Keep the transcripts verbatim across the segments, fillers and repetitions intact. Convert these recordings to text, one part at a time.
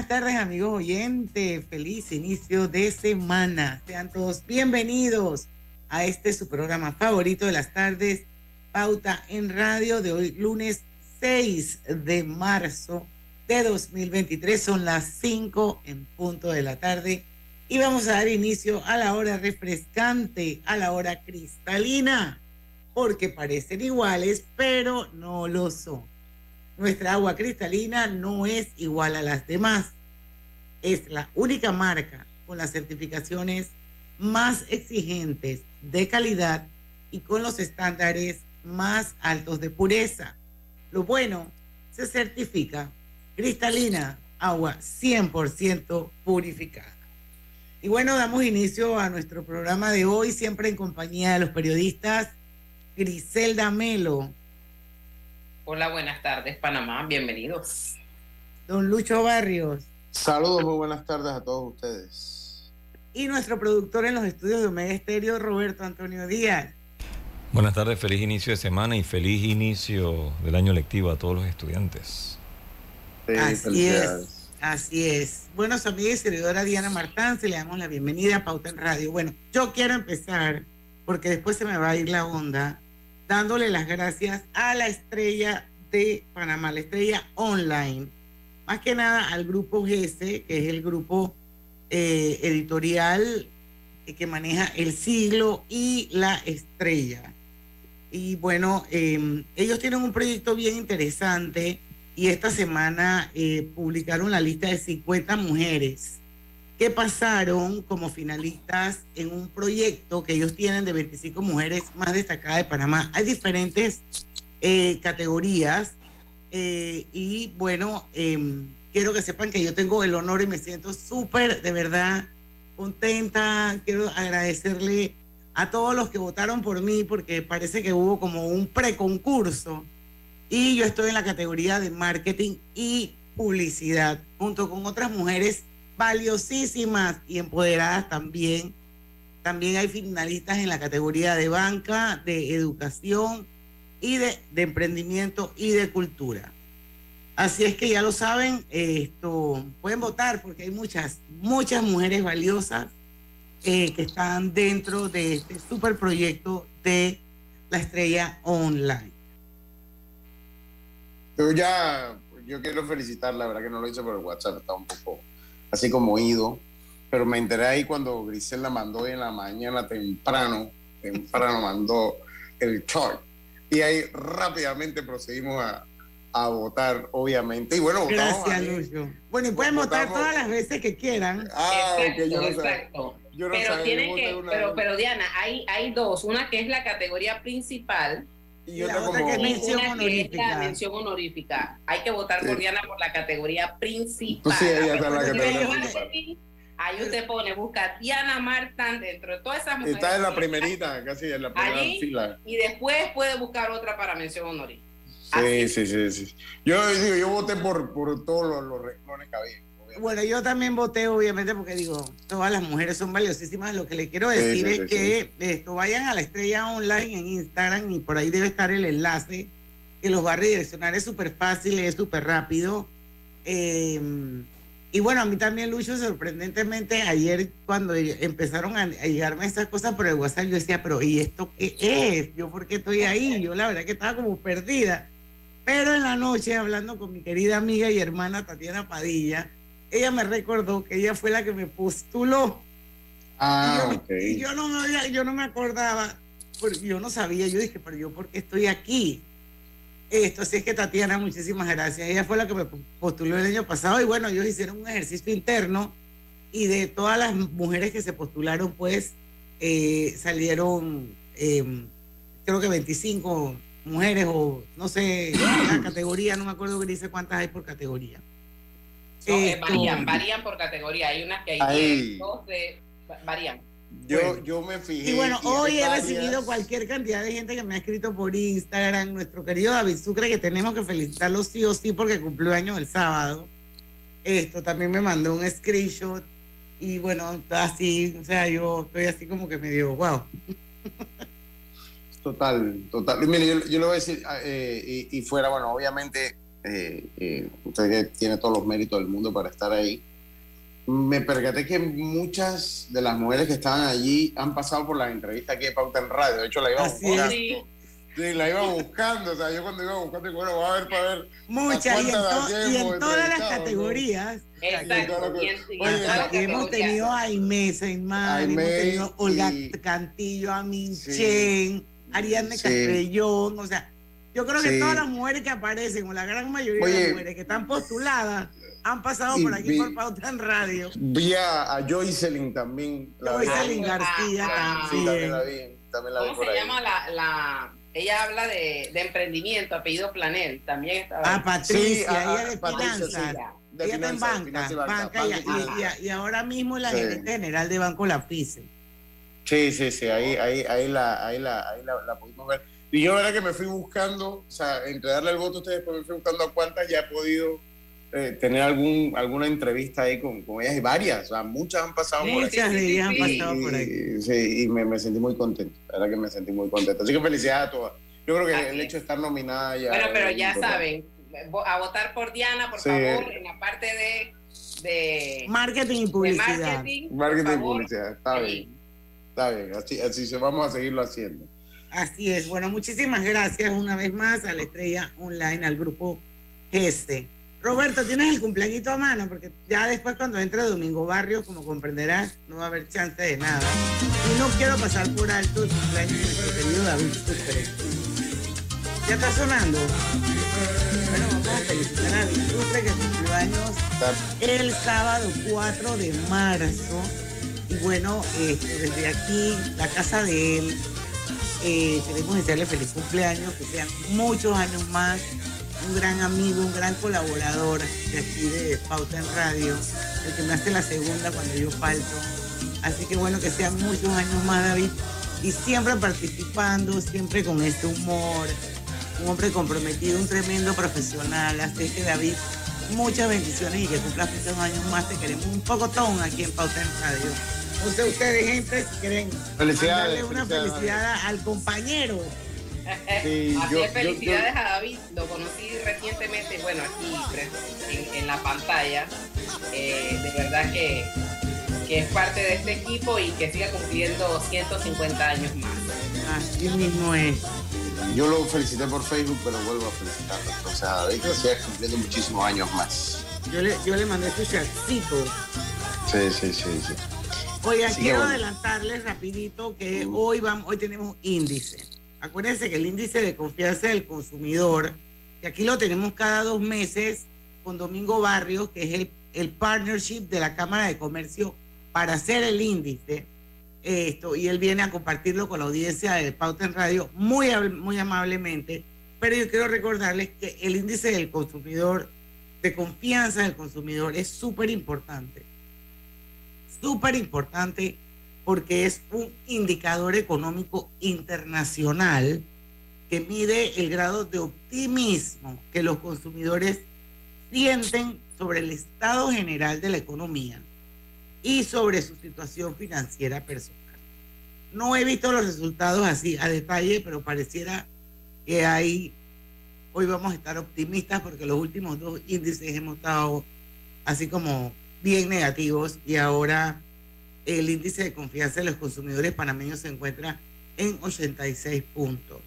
buenas tardes, amigos oyentes. Feliz inicio de semana. Sean todos bienvenidos a este su programa favorito de las tardes, Pauta en Radio, de hoy, lunes seis de marzo de dos mil veintitrés. Son las cinco en punto de la tarde y vamos a dar inicio a la hora refrescante, a la hora cristalina, porque parecen iguales, pero no lo son. Nuestra agua cristalina no es igual a las demás. Es la única marca con las certificaciones más exigentes de calidad y con los estándares más altos de pureza. Lo bueno, se certifica cristalina, agua cien por ciento purificada. Y bueno, damos inicio a nuestro programa de hoy, siempre en compañía de los periodistas. Griselda Melo. Hola, buenas tardes, Panamá, bienvenidos. Don Lucho Barrios. Saludos, muy buenas tardes a todos ustedes. Y nuestro productor en los estudios de Omega Estéreo, Roberto Antonio Díaz. Buenas tardes, feliz inicio de semana y feliz inicio del año lectivo a todos los estudiantes. Sí, así es, así es. Bueno, su amiga y servidora Diana Martán, se le damos la bienvenida a Pauta en Radio. Bueno, yo quiero empezar, porque después se me va a ir la onda, dándole las gracias a la estrella de Panamá, la estrella online, más que nada al grupo G S, que es el grupo eh, editorial eh, que maneja El Siglo y La Estrella. Y bueno, eh, ellos tienen un proyecto bien interesante y esta semana eh, publicaron la lista de cincuenta mujeres que pasaron como finalistas en un proyecto que ellos tienen de veinticinco mujeres más destacadas de Panamá. Hay diferentes eh, categorías eh, y bueno, eh, quiero que sepan que yo tengo el honor y me siento súper, de verdad, contenta. Quiero agradecerle a todos los que votaron por mí porque parece que hubo como un preconcurso y yo estoy en la categoría de marketing y publicidad junto con otras mujeres valiosísimas y empoderadas también. También hay finalistas en la categoría de banca, de educación y de, de emprendimiento y de cultura. Así es que ya lo saben, esto pueden votar porque hay muchas, muchas mujeres valiosas eh, que están dentro de este super proyecto de La Estrella Online. Yo ya, yo quiero felicitar, la verdad que no lo hice por el WhatsApp, estaba un poco así como ido, pero me enteré ahí cuando Griselda mandó hoy en la mañana temprano, temprano mandó el chart, y ahí rápidamente procedimos a, a votar, obviamente, y bueno, votamos. Gracias, Lucho. Bueno, y pueden votar todas las veces que quieran. Ah, exacto, ok, yo no exacto. Sabía, yo no pero sabía, tienen que, pero, pero Diana, hay, hay dos, una que es la categoría principal, y, y otra, la otra como que es mención una honorífica. que es la mención honorífica. Hay que votar sí. por Diana por la categoría principal. Pues sí, ella está en la categoría principal. Ahí usted pone, busca Diana Martán dentro de todas esas mujeres. Está en la primerita, casi en la primera allí, fila. Y después puede buscar otra para mención honorífica. Sí, sí, sí, sí. Yo digo, yo voté por, por todos los, los renglones que había. Bueno, yo también voté, obviamente, porque digo, todas las mujeres son valiosísimas. Lo que les quiero decir sí, sí, es sí, que sí. esto vayan a La Estrella Online en Instagram y por ahí debe estar el enlace que los va a redireccionar. Es súper fácil, es súper rápido. Eh, y bueno, a mí también, Lucho, sorprendentemente, ayer cuando empezaron a, a llegarme esas cosas por el WhatsApp, yo decía, pero ¿y esto qué es? ¿Yo por qué estoy ahí? Yo la verdad que estaba como perdida. Pero en la noche, hablando con mi querida amiga y hermana Tatiana Padilla, ella me recordó que ella fue la que me postuló. Ah, y yo, ok. Y yo no me había, yo no me acordaba, porque yo no sabía, yo dije, pero yo ¿por qué estoy aquí? Esto, así es que Tatiana, muchísimas gracias. Ella fue la que me postuló el año pasado y bueno, ellos hicieron un ejercicio interno y de todas las mujeres que se postularon, pues eh, salieron, eh, creo que veinticinco mujeres o no sé, la categoría, no me acuerdo que dice cuántas hay por categoría. No, eh, varían, varían por categoría. Hay unas que hay diez, doce, varían. Yo, bueno, yo me fijé. Y bueno, y hoy he varias... recibido cualquier cantidad de gente que me ha escrito por Instagram. Nuestro querido David Sucre, que tenemos que felicitarlo sí o sí porque cumplió años el sábado. Esto también me mandó un screenshot. Y bueno, así, o sea, yo estoy así como que medio, wow. Total, total. Mire, yo, yo le voy a decir, eh, y, y fuera, bueno, obviamente eh, eh, usted que tiene todos los méritos del mundo para estar ahí. Me percaté que muchas de las mujeres que estaban allí han pasado por las entrevistas aquí de Pauta en Radio. De hecho, la iba buscando. Sí. Sí, la iba buscando. O sea, yo cuando iba buscando, digo, bueno, va a ver para ver. Muchas, y en, to y en todas las categorías. Exacto. Y en, y en todas las hemos tenido a Inés, a Inmar, hemos tenido a Olga y... Cantillo, a Minchen, sí, Ariadne sí. Castrellón. O sea, yo creo que sí. todas las mujeres que aparecen, o la gran mayoría Oye, de las mujeres que están postuladas, han pasado por aquí vi, por Pauta en Radio. Vi a, a Joycelyn también. Joycelyn García ah, también. Sí, también la vi. También la vi ¿Cómo por se ahí. llama la, la...? Ella habla de, de emprendimiento, apellido Planel, también estaba. Ah, Patricia, sí, ella de finanzas. Sí, ella está en banca, y, banca, banca y, y, y, y ahora mismo la sí. gerente general de Banco La FICE. Sí, sí, sí, ahí, ahí, ahí, la, ahí, la, ahí la, la pudimos ver. Y yo, verdad que me fui buscando, o sea, entre darle el voto a ustedes, pues me fui buscando a cuántas ya he podido eh, tener algún, alguna entrevista ahí con, con ellas, y varias, o sea, muchas han pasado muchas por ahí. Muchas de ellas han pasado y, por ahí. Sí, y me, me sentí muy contento, la verdad que me sentí muy contento. Así que felicidades a todas. Yo creo que Así el hecho de estar nominada ya... Bueno, pero ya saben, a votar por Diana, por sí. favor, en la parte de... de marketing y publicidad. Marketing, marketing y publicidad, está sí. bien. Está bien, así, así se vamos a seguirlo haciendo. Así es. Bueno, muchísimas gracias una vez más a la Estrella Online, al grupo Geste. Roberto, ¿tienes el cumpleañito a mano? Porque ya después cuando entre Domingo Barrios, como comprenderás, no va a haber chance de nada. Y no quiero pasar por alto el cumpleaños de nuestro querido David Sucre. ¿Ya está sonando? Bueno, vamos a felicitar a David Sucre, que cumplió años el sábado cuatro de marzo. Y bueno, este, desde aquí, la casa de él, eh, queremos desearle feliz cumpleaños, que sean muchos años más. Un gran amigo, un gran colaborador de aquí de Pauta en Radio, el que me hace la segunda cuando yo falto. Así que bueno, que sean muchos años más, David, y siempre participando, siempre con este humor, un hombre comprometido, un tremendo profesional. Así que, David, muchas bendiciones y que cumplas muchos años más. Te queremos un poco ton aquí en Pauta en Radio. No sé ustedes, gente, si quieren darle una felicidad al compañero. Sí, Así yo, es, felicidades yo, yo... a David, lo conocí recientemente, bueno, aquí en, en la pantalla, eh, de verdad que, que es parte de este equipo y que siga cumpliendo ciento cincuenta años más. Así mismo es. Yo lo felicité por Facebook, pero vuelvo a felicitarlo, entonces a David que siga cumpliendo muchísimos años más. Yo le, yo le mandé su chatcito. Sí, sí, sí, sí. Oigan, sí, quiero bueno. adelantarles rapidito que uh. hoy, vamos, hoy tenemos índice. Acuérdense que el índice de confianza del consumidor, que aquí lo tenemos cada dos meses con Domingo Barrios, que es el, el partnership de la Cámara de Comercio para hacer el índice, esto, y él viene a compartirlo con la audiencia de Pauta en Radio muy, muy amablemente, pero yo quiero recordarles que el índice del consumidor, de confianza del consumidor, es súper importante, súper importante, porque es un indicador económico internacional que mide el grado de optimismo que los consumidores sienten sobre el estado general de la economía y sobre su situación financiera personal. No he visto los resultados así a detalle, pero pareciera que hay, hoy vamos a estar optimistas porque los últimos dos índices hemos estado así como bien negativos y ahora el índice de confianza de los consumidores panameños se encuentra en ochenta y seis puntos.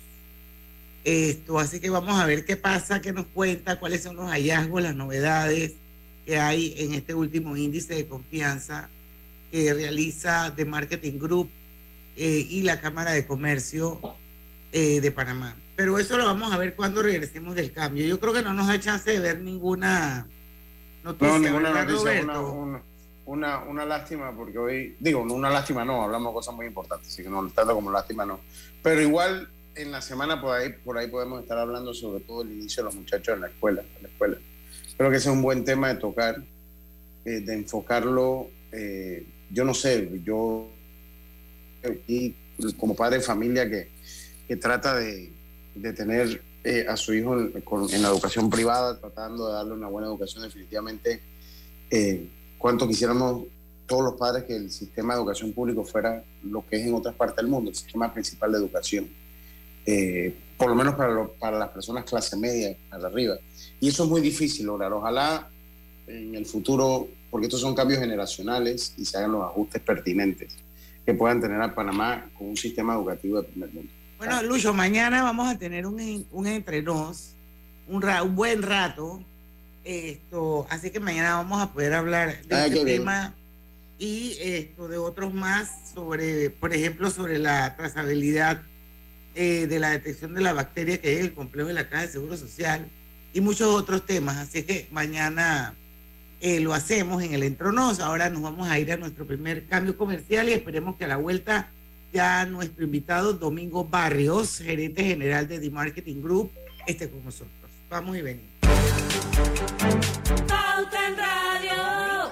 Esto, así que vamos a ver qué pasa, qué nos cuenta, cuáles son los hallazgos, las novedades que hay en este último índice de confianza que realiza The Marketing Group eh, y la Cámara de Comercio eh, de Panamá. Pero eso lo vamos a ver cuando regresemos del cambio. Yo creo que no nos da chance de ver ninguna noticia. No, ninguna noticia, una, una, una, una lástima, porque hoy, digo, no una lástima no, hablamos de cosas muy importantes, así que no tanto como lástima no. Pero igual en la semana por ahí, por ahí podemos estar hablando sobre todo el inicio de los muchachos en la escuela. En la escuela. Creo que ese es un buen tema de tocar, eh, de enfocarlo. Eh, yo no sé, yo y como padre de familia que, que trata de, de tener eh, a su hijo en, con, en la educación privada, tratando de darle una buena educación, definitivamente, eh, cuánto quisiéramos todos los padres que el sistema de educación público fuera lo que es en otras partes del mundo, el sistema principal de educación. eh, por lo menos para, lo, para las personas clase media, para arriba. Y eso es muy difícil lograr. Ojalá en el futuro, porque estos son cambios generacionales y se hagan los ajustes pertinentes que puedan tener a Panamá con un sistema educativo de primer mundo. Bueno, Lucho, mañana vamos a tener un, un entre nos, un, ra, un buen rato, esto, así que mañana vamos a poder hablar de ah, este tema bien. y esto, de otros más sobre, por ejemplo, sobre la trazabilidad eh, de la detección de la bacteria que es el complejo de la Caja de Seguro Social y muchos otros temas, así que mañana eh, lo hacemos en el Entronos. Ahora nos vamos a ir a nuestro primer cambio comercial y esperemos que a la vuelta ya nuestro invitado Domingo Barrios, gerente general de The Marketing Group, esté con nosotros. Vamos y venimos. Pauta en Radio.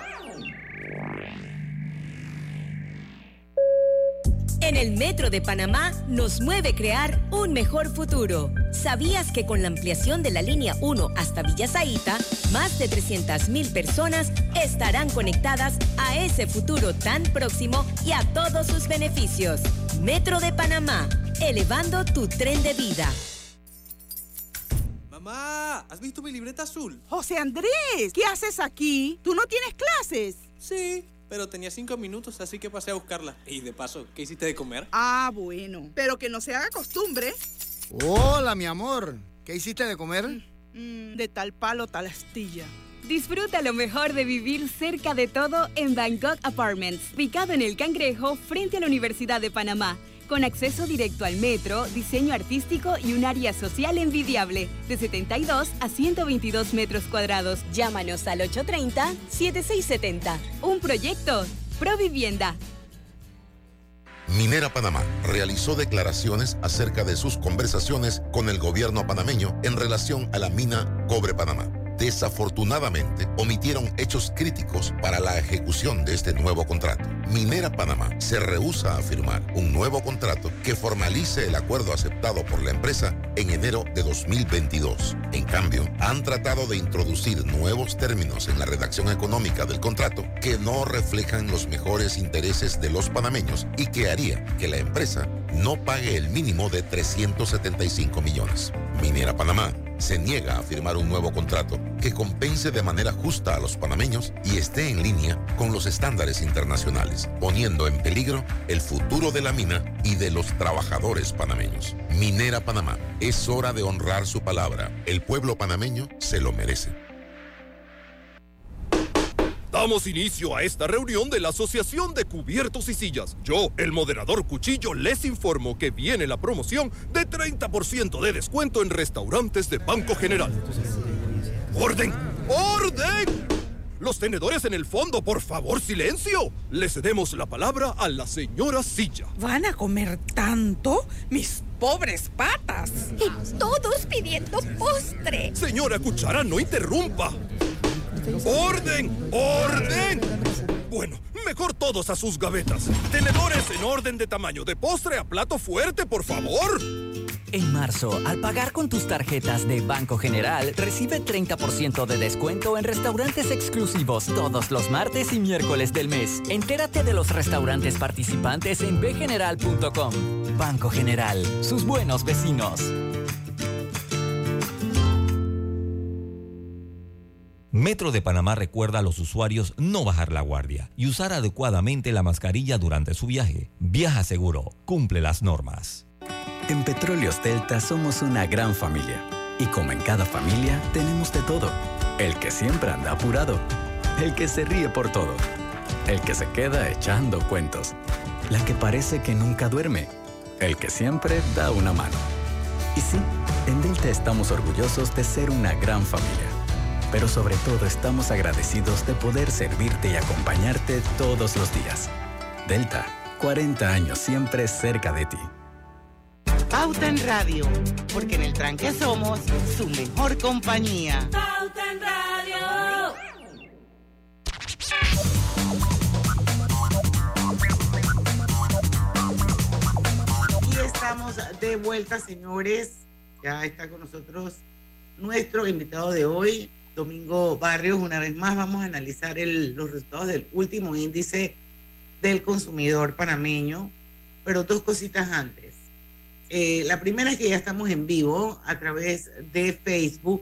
En el Metro de Panamá nos mueve crear un mejor futuro. ¿Sabías que con la ampliación de la línea uno hasta Villa Zaita, más de trescientas mil personas estarán conectadas a ese futuro tan próximo y a todos sus beneficios? Metro de Panamá, elevando tu tren de vida. Mamá, ¿has visto mi libreta azul? José Andrés, ¿qué haces aquí? ¿Tú no tienes clases? Sí, pero tenía cinco minutos, así que pasé a buscarla. Y de paso, ¿qué hiciste de comer? Ah, bueno, pero que no se haga costumbre. Hola, mi amor. ¿Qué hiciste de comer? Mm, de tal palo, tal astilla. Disfruta lo mejor de vivir cerca de todo en Bangkok Apartments, ubicado en El Cangrejo, frente a la Universidad de Panamá, con acceso directo al metro, diseño artístico y un área social envidiable, de setenta y dos a ciento veintidós metros cuadrados. Llámanos al ocho tres cero, siete seis siete cero. Un proyecto Provivienda. Minera Panamá realizó declaraciones acerca de sus conversaciones con el gobierno panameño en relación a la mina Cobre Panamá. Desafortunadamente, omitieron hechos críticos para la ejecución de este nuevo contrato. Minera Panamá se rehúsa a firmar un nuevo contrato que formalice el acuerdo aceptado por la empresa en enero de dos mil veintidós. En cambio, han tratado de introducir nuevos términos en la redacción económica del contrato que no reflejan los mejores intereses de los panameños y que haría que la empresa no pague el mínimo de trescientos setenta y cinco millones. Minera Panamá se niega a firmar un nuevo contrato que compense de manera justa a los panameños y esté en línea con los estándares internacionales, poniendo en peligro el futuro de la mina y de los trabajadores panameños. Minera Panamá, es hora de honrar su palabra. El pueblo panameño se lo merece. Damos inicio a esta reunión de la Asociación de Cubiertos y Sillas. Yo, el moderador Cuchillo, les informo que viene la promoción de treinta por ciento de descuento en restaurantes de Banco General. ¡Orden! ¡Orden! Los tenedores en el fondo, por favor, silencio. Le cedemos la palabra a la señora Silla. ¿Van a comer tanto? ¡Mis pobres patas! Y todos pidiendo postre. Señora Cuchara, no interrumpa. ¡Orden! ¡Orden! Bueno, mejor todos a sus gavetas. Tenedores en orden de tamaño, de postre a plato fuerte, por favor. En marzo, al pagar con tus tarjetas de Banco General, recibe treinta por ciento de descuento en restaurantes exclusivos todos los martes y miércoles del mes. Entérate de los restaurantes participantes en b general punto com. Banco General, sus buenos vecinos. Metro de Panamá recuerda a los usuarios no bajar la guardia y usar adecuadamente la mascarilla durante su viaje. Viaja seguro, cumple las normas. En Petróleos Delta somos una gran familia. Y como en cada familia, tenemos de todo. El que siempre anda apurado. El que se ríe por todo. El que se queda echando cuentos. La que parece que nunca duerme. El que siempre da una mano. Y sí, en Delta estamos orgullosos de ser una gran familia. Pero sobre todo estamos agradecidos de poder servirte y acompañarte todos los días. Delta, cuarenta años siempre cerca de ti. Pauta en Radio, porque en el tranque somos su mejor compañía. Pauta en Radio. Y estamos de vuelta, señores. Ya está con nosotros nuestro invitado de hoy, Domingo Barrios. Una vez más vamos a analizar el, los resultados del último índice del consumidor panameño, pero dos cositas antes. Eh, la primera es que ya estamos en vivo a través de Facebook,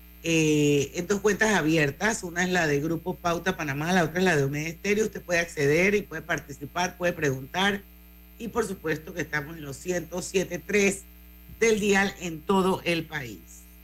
eh, en dos cuentas abiertas. Una es la de Grupo Pauta Panamá, la otra es la de Omega Estéreo. Usted puede acceder y puede participar, puede preguntar. Y por supuesto que estamos en los ciento siete punto tres del dial en todo el país.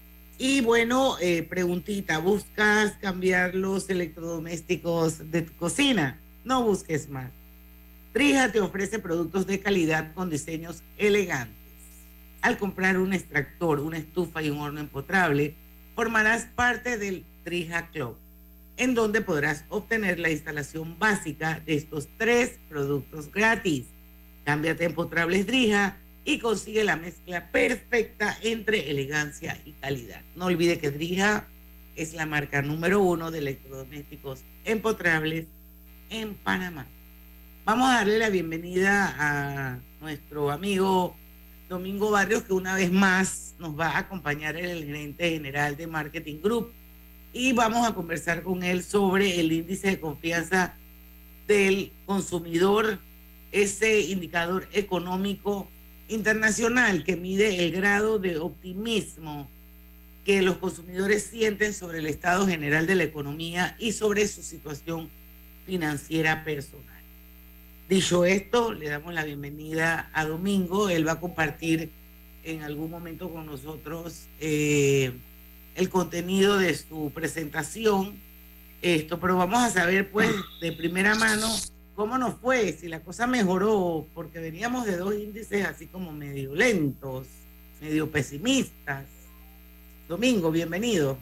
Y bueno, eh, preguntita, ¿buscas cambiar los electrodomésticos de tu cocina? No busques más. Drija te ofrece productos de calidad con diseños elegantes. Al comprar un extractor, una estufa y un horno empotrable, formarás parte del Drija Club, en donde podrás obtener la instalación básica de estos tres productos gratis. Cámbiate a Empotrables Drija y consigue la mezcla perfecta entre elegancia y calidad. No olvide que Drija es la marca número uno de electrodomésticos empotrables en Panamá. Vamos a darle la bienvenida a nuestro amigo Domingo Barrios, que una vez más nos va a acompañar, el gerente general de Marketing Group, y vamos a conversar con él sobre el índice de confianza del consumidor, ese indicador económico internacional que mide el grado de optimismo que los consumidores sienten sobre el estado general de la economía y sobre su situación financiera personal. Dicho esto, le damos la bienvenida a Domingo. Él va a compartir en algún momento con nosotros eh, el contenido de su presentación. Esto, pero vamos a saber pues de primera mano cómo nos fue, si la cosa mejoró, porque veníamos de dos índices así como medio lentos, medio pesimistas. Domingo, bienvenido.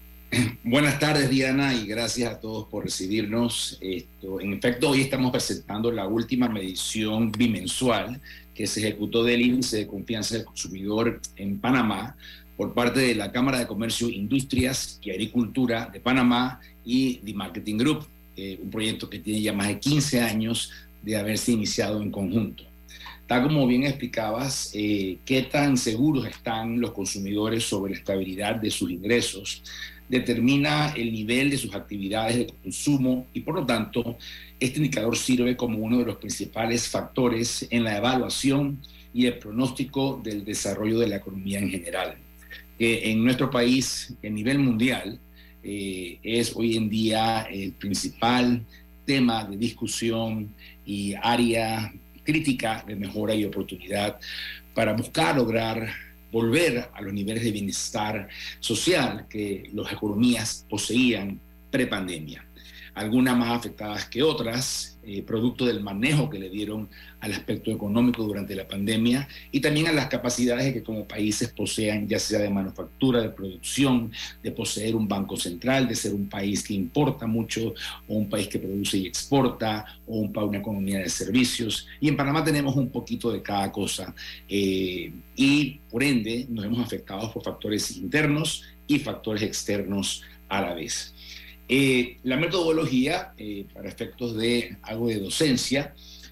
Buenas tardes, Diana, y gracias a todos por recibirnos. Esto, en efecto, hoy estamos presentando la última medición bimensual que se ejecutó del índice de confianza del consumidor en Panamá por parte de la Cámara de Comercio, Industrias y Agricultura de Panamá y The Marketing Group, eh, un proyecto que tiene ya más de quince años de haberse iniciado en conjunto. Tal como bien explicabas, eh, qué tan seguros están los consumidores sobre la estabilidad de sus ingresos determina el nivel de sus actividades de consumo y, por lo tanto, este indicador sirve como uno de los principales factores en la evaluación y el pronóstico del desarrollo de la economía en general. Eh, en nuestro país, a nivel mundial, eh, es hoy en día el principal tema de discusión y área crítica de mejora y oportunidad para buscar lograr volver a los niveles de bienestar social que las economías poseían prepandemia. Algunas más afectadas que otras, eh, producto del manejo que le dieron al aspecto económico durante la pandemia y también a las capacidades que como países posean, ya sea de manufactura, de producción, de poseer un banco central, de ser un país que importa mucho o un país que produce y exporta o un, una economía de servicios. Y en Panamá tenemos un poquito de cada cosa eh, y por ende nos hemos afectado por factores internos y factores externos a la vez. Eh, la metodología, eh, para efectos de algo de docencia,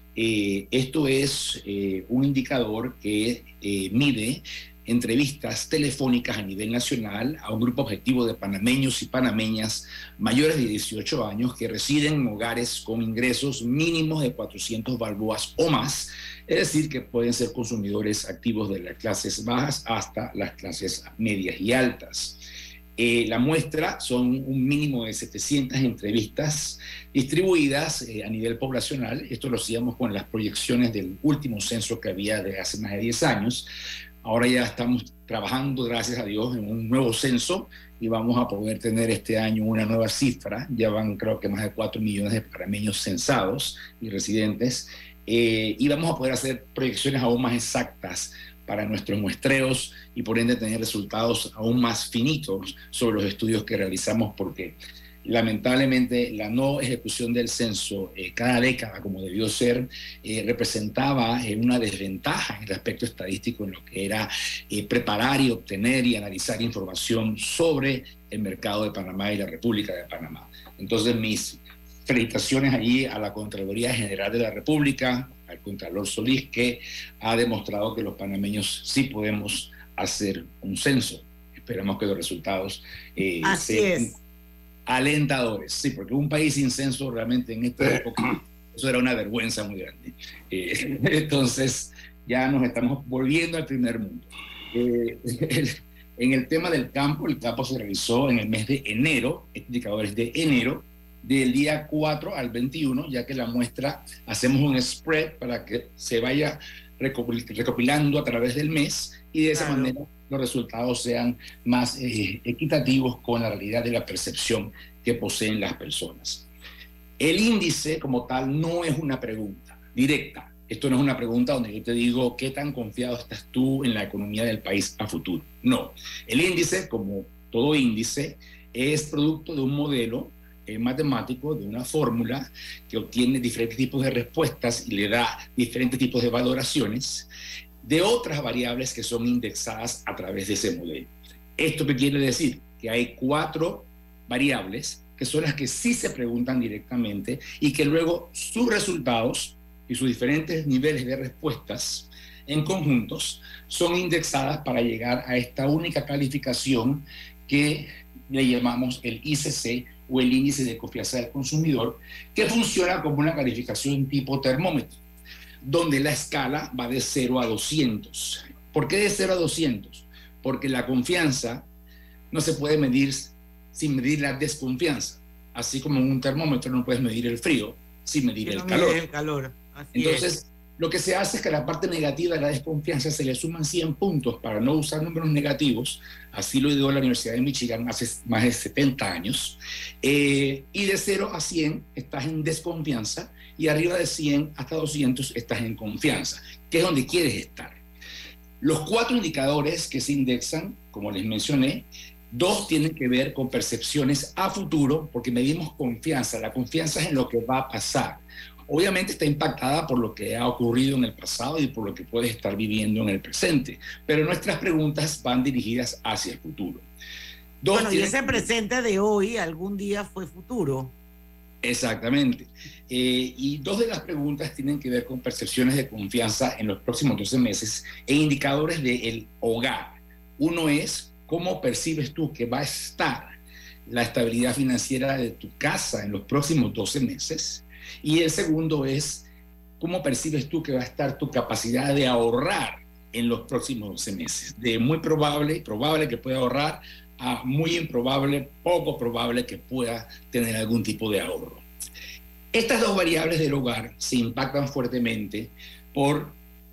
eh, esto es eh, un indicador que eh, mide entrevistas telefónicas a nivel nacional a un grupo objetivo de panameños y panameñas mayores de dieciocho años que residen en hogares con ingresos mínimos de cuatrocientos balboas o más, es decir, que pueden ser consumidores activos de las clases bajas hasta las clases medias y altas. Eh, la muestra son un mínimo de setecientas entrevistas distribuidas eh, a nivel poblacional. Esto lo hacíamos con las proyecciones del último censo que había de hace más de diez años. Ahora ya estamos trabajando, gracias a Dios, en un nuevo censo y vamos a poder tener este año una nueva cifra. Ya van, creo que más de cuatro millones de panameños censados y residentes. Eh, y vamos a poder hacer proyecciones aún más exactas para nuestros muestreos y por ende tener resultados aún más finitos sobre los estudios que realizamos, porque lamentablemente la no ejecución del censo eh, cada década, como debió ser, eh, representaba eh, una desventaja en el aspecto estadístico en lo que era eh, preparar y obtener y analizar información sobre el mercado de Panamá y la República de Panamá. Entonces, mis felicitaciones allí a la Contraloría General de la República, al Contralor Solís, que ha demostrado que los panameños sí podemos hacer un censo. Esperamos que los resultados eh, sean alentadores. Sí, porque un país sin censo realmente en esta época, eso era una vergüenza muy grande. Eh, entonces, ya nos estamos volviendo al primer mundo. Eh, el, en el tema del campo, el campo se realizó en el mes de enero, indicadores de enero, del día cuatro al veintiuno, ya que la muestra, hacemos un spread para que se vaya recopilando a través del mes y de esa claro. manera los resultados sean más eh, equitativos con la realidad de la percepción que poseen las personas. El índice como tal no es una pregunta directa. Esto no es una pregunta donde yo te digo qué tan confiado estás tú en la economía del país a futuro. No. El índice, como todo índice, es producto de un modelo eh, matemático, de una fórmula que obtiene diferentes tipos de respuestas y le da diferentes tipos de valoraciones de otras variables que son indexadas a través de ese modelo. ¿Esto qué quiere decir? Que hay cuatro variables que son las que sí se preguntan directamente y que luego sus resultados y sus diferentes niveles de respuestas en conjuntos son indexadas para llegar a esta única calificación que le llamamos el I C C o el índice de confianza del consumidor, que funciona como una calificación tipo termómetro, donde la escala va de cero a doscientos. ¿Por qué de cero a doscientos? Porque la confianza no se puede medir sin medir la desconfianza, así como en un termómetro no puedes medir el frío sin medir el calor. el calor. Así Entonces, es. Lo que se hace es que a la parte negativa de la desconfianza se le suman cien puntos para no usar números negativos. Así lo dio la Universidad de Michigan hace más de setenta años. Eh, y de cero a cien estás en desconfianza y arriba de cien hasta doscientos estás en confianza, que es donde quieres estar. Los cuatro indicadores que se indexan, como les mencioné, dos tienen que ver con percepciones a futuro, porque medimos confianza. La confianza es en lo que va a pasar. Obviamente está impactada por lo que ha ocurrido en el pasado y por lo que puedes estar viviendo en el presente, pero nuestras preguntas van dirigidas hacia el futuro. Dos bueno, y ese presente de hoy algún día fue futuro. Exactamente. Eh, y dos de las preguntas tienen que ver con percepciones de confianza en los próximos doce meses e indicadores del hogar. Uno es cómo percibes tú que va a estar la estabilidad financiera de tu casa en los próximos doce meses. Y el segundo es cómo percibes tú que va a estar tu capacidad de ahorrar en los próximos doce meses. De muy probable, probable que pueda ahorrar, a muy improbable, poco probable que pueda tener algún tipo de ahorro. Estas dos variables del hogar se impactan fuertemente por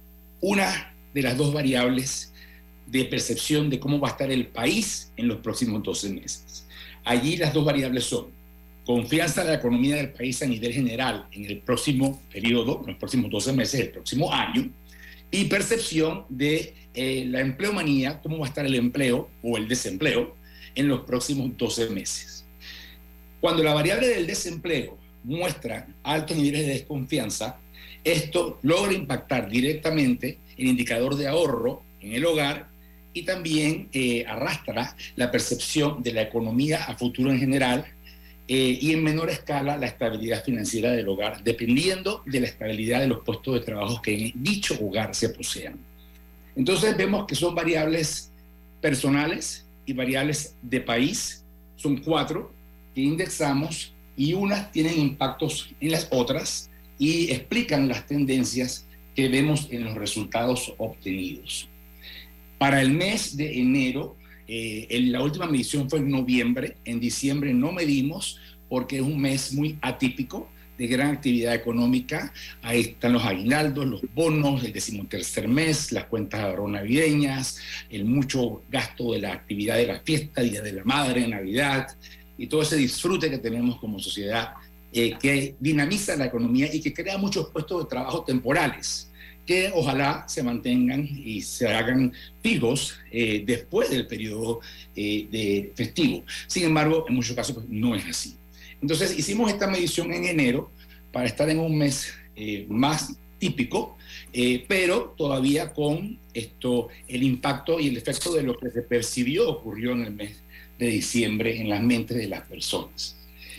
una de las dos variables de percepción de cómo va a estar el país en los próximos doce meses. Allí las dos variables son confianza en la economía del país a nivel general en el próximo periodo, en los próximos doce meses, el próximo año, y percepción de eh, la empleomanía, cómo va a estar el empleo o el desempleo en los próximos doce meses. Cuando la variable del desempleo muestra altos niveles de desconfianza, esto logra impactar directamente el indicador de ahorro en el hogar y también eh, arrastra la percepción de la economía a futuro en general, Eh, y en menor escala la estabilidad financiera del hogar, dependiendo de la estabilidad de los puestos de trabajo que en dicho hogar se posean. Entonces vemos que son variables personales y variables de país, son cuatro que indexamos y unas tienen impactos en las otras y explican las tendencias que vemos en los resultados obtenidos. Para el mes de enero, Eh, en la última medición fue en noviembre, en diciembre no medimos porque es un mes muy atípico de gran actividad económica. Ahí están los aguinaldos, los bonos, el decimotercer mes, las cuentas de ahorro navideñas, el mucho gasto de la actividad de la fiesta, Día de la Madre, Navidad y todo ese disfrute que tenemos como sociedad eh, que dinamiza la economía y que crea muchos puestos de trabajo temporales que ojalá se mantengan y se hagan fijos eh, después del periodo eh, de festivo. Sin embargo, en muchos casos pues, no es así. Entonces hicimos esta medición en enero para estar en un mes eh, más típico, eh, pero todavía con esto, el impacto y el efecto de lo que se percibió ocurrió en el mes de diciembre en las mentes de las personas.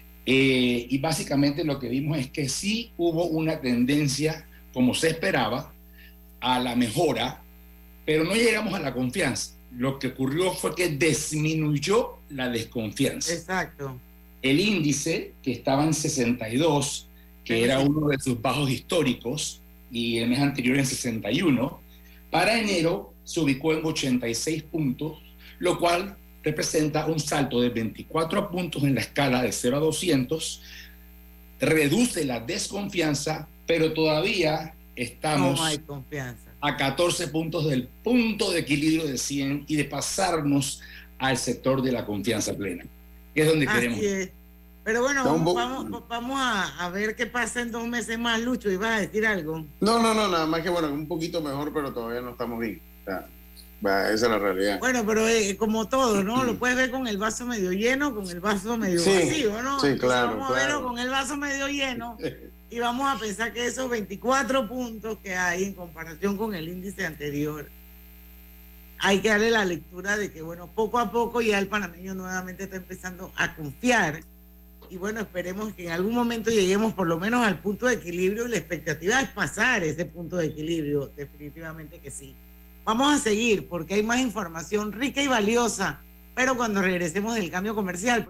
Eh, y básicamente lo que vimos es que sí hubo una tendencia, como se esperaba, a la mejora, pero no llegamos a la confianza. Lo que ocurrió fue que disminuyó la desconfianza. Exacto. El índice, que estaba en sesenta y dos, que era uno de sus bajos históricos, y el mes anterior en sesenta y uno, Para enero se ubicó en ochenta y seis puntos, lo cual representa un salto de veinticuatro puntos en la escala de cero a doscientos, reduce la desconfianza, pero todavía estamos no hay confianza. A catorce puntos del punto de equilibrio de cien y de pasarnos al sector de la confianza plena, que es donde Así queremos. Es. Pero bueno, vamos, vamos, vamos a, a ver qué pasa en dos meses más, Lucho. ¿Ibas a decir algo? No, no, no, nada más que bueno, un poquito mejor, pero todavía no estamos bien. O sea, esa es la realidad. Bueno, pero eh, como todo, ¿no? Lo puedes ver con el vaso medio lleno, con el vaso medio sí, vacío, ¿no? Sí, claro. Vamos claro. a verlo con el vaso medio lleno y vamos a pensar que esos veinticuatro puntos que hay en comparación con el índice anterior, hay que darle la lectura de que, bueno, poco a poco ya el panameño nuevamente está empezando a confiar. Y bueno, esperemos que en algún momento lleguemos por lo menos al punto de equilibrio y la expectativa es pasar ese punto de equilibrio, definitivamente que sí. Vamos a seguir porque hay más información rica y valiosa, pero cuando regresemos del cambio comercial.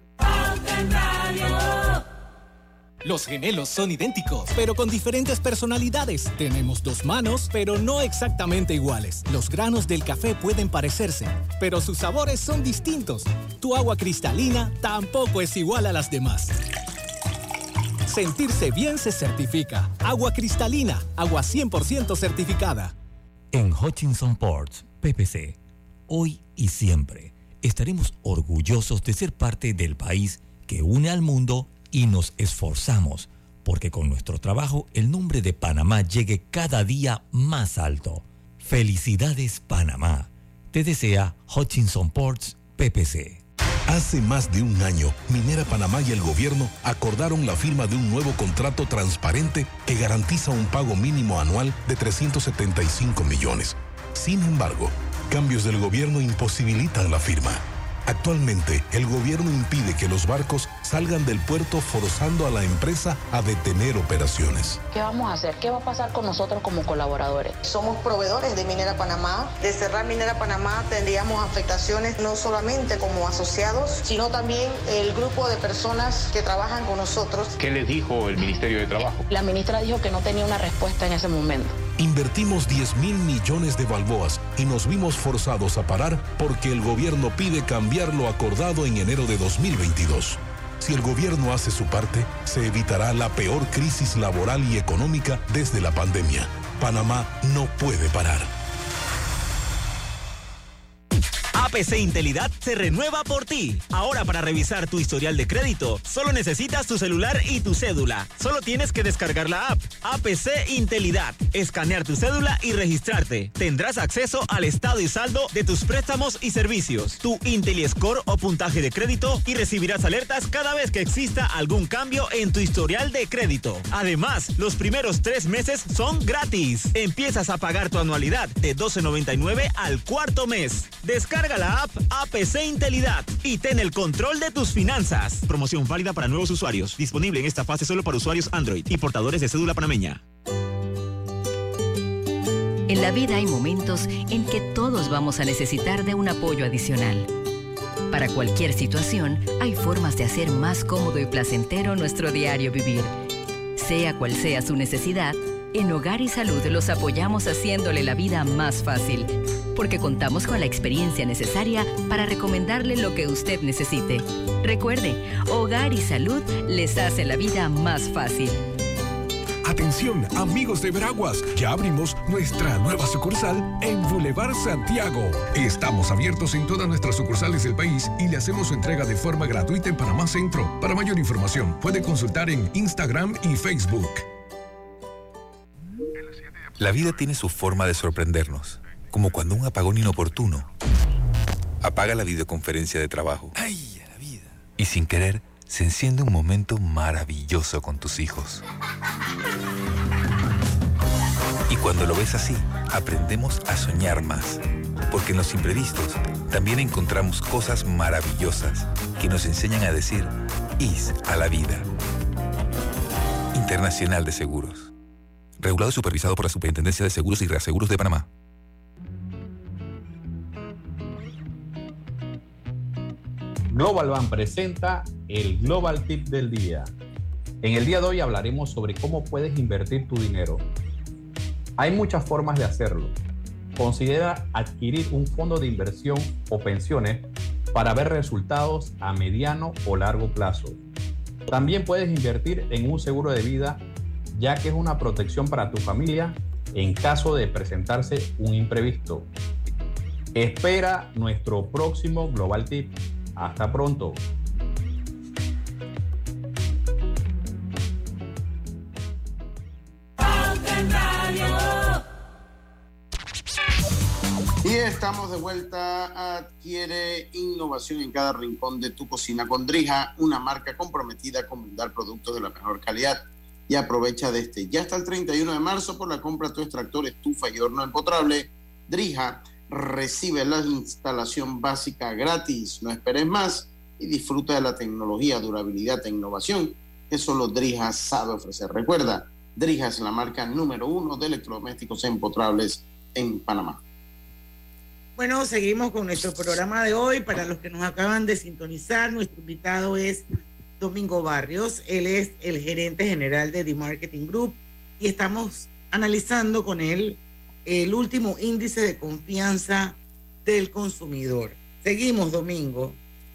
Los gemelos son idénticos, pero con diferentes personalidades. Tenemos dos manos, pero no exactamente iguales. Los granos del café pueden parecerse, pero sus sabores son distintos. Tu agua cristalina tampoco es igual a las demás. Sentirse bien se certifica. Agua cristalina, agua cien por ciento certificada. En Hutchinson Ports, P P C, hoy y siempre estaremos orgullosos de ser parte del país que une al mundo y nos esforzamos porque con nuestro trabajo el nombre de Panamá llegue cada día más alto. Felicidades, Panamá. Te desea Hutchinson Ports, P P C. Hace más de un año, Minera Panamá y el gobierno acordaron la firma de un nuevo contrato transparente que garantiza un pago mínimo anual de trescientos setenta y cinco millones. Sin embargo, cambios del gobierno imposibilitan la firma. Actualmente, el gobierno impide que los barcos salgan del puerto forzando a la empresa a detener operaciones. ¿Qué vamos a hacer? ¿Qué va a pasar con nosotros como colaboradores? Somos proveedores de Minera Panamá. De cerrar Minera Panamá tendríamos afectaciones no solamente como asociados, sino también el grupo de personas que trabajan con nosotros. ¿Qué les dijo el Ministerio de Trabajo? La ministra dijo que no tenía una respuesta en ese momento. Invertimos diez mil millones de balboas y nos vimos forzados a parar porque el gobierno pide cambiar lo acordado en enero de dos mil veintidós. Si el gobierno hace su parte, se evitará la peor crisis laboral y económica desde la pandemia. Panamá no puede parar. A P C Intelidad se renueva por ti. Ahora para revisar tu historial de crédito, solo necesitas tu celular y tu cédula. Solo tienes que descargar la app A P C Intelidad, escanear tu cédula y registrarte. Tendrás acceso al estado y saldo de tus préstamos y servicios, tu IntelliScore o puntaje de crédito y recibirás alertas cada vez que exista algún cambio en tu historial de crédito. Además, los primeros tres meses son gratis. Empiezas a pagar tu anualidad de doce noventa y nueve al cuarto mes. Descarga la app A P C Intelidad y ten el control de tus finanzas. Promoción válida para nuevos usuarios. Disponible en esta fase solo para usuarios Android y portadores de cédula panameña. En la vida hay momentos en que todos vamos a necesitar de un apoyo adicional. Para cualquier situación, hay formas de hacer más cómodo y placentero nuestro diario vivir. Sea cual sea su necesidad, en Hogar y Salud los apoyamos haciéndole la vida más fácil, porque contamos con la experiencia necesaria para recomendarle lo que usted necesite. Recuerde, Hogar y Salud les hace la vida más fácil. Atención, amigos de Veraguas, ya abrimos nuestra nueva sucursal en Boulevard Santiago. Estamos abiertos en todas nuestras sucursales del país y le hacemos su entrega de forma gratuita en Panamá Centro. Para mayor información, puede consultar en Instagram y Facebook. La vida tiene su forma de sorprendernos, como cuando un apagón inoportuno apaga la videoconferencia de trabajo. ¡Ay, a la vida! Y sin querer, se enciende un momento maravilloso con tus hijos. Y cuando lo ves así, aprendemos a soñar más, porque en los imprevistos también encontramos cosas maravillosas que nos enseñan a decir IS a la vida. Internacional de Seguros. Regulado y supervisado por la Superintendencia de Seguros y Reaseguros de Panamá. Global Bank presenta el Global Tip del día. En el día de hoy hablaremos sobre cómo puedes invertir tu dinero. Hay muchas formas de hacerlo, considera adquirir un fondo de inversión o pensiones para ver resultados a mediano o largo plazo. También puedes invertir en un seguro de vida, ya que es una protección para tu familia en caso de presentarse un imprevisto. Espera nuestro próximo Global Tip. Hasta pronto. Y estamos de vuelta. Adquiere innovación en cada rincón de tu cocina con Drija, una marca comprometida con brindar productos de la mejor calidad. Y aprovecha de este ya hasta el treinta y uno de marzo por la compra de tu extractor, estufa y horno empotrable. Drija recibe la instalación básica gratis. No esperes más y disfruta de la tecnología, durabilidad e innovación que solo Drija sabe ofrecer. Recuerda, Drija es la marca número uno de electrodomésticos empotrables en Panamá. Bueno, seguimos con nuestro programa de hoy. Para los que nos acaban de sintonizar, nuestro invitado es Domingo Barrios. Él es el gerente general de The Marketing Group y estamos analizando con él el último índice de confianza del consumidor. Seguimos, Domingo.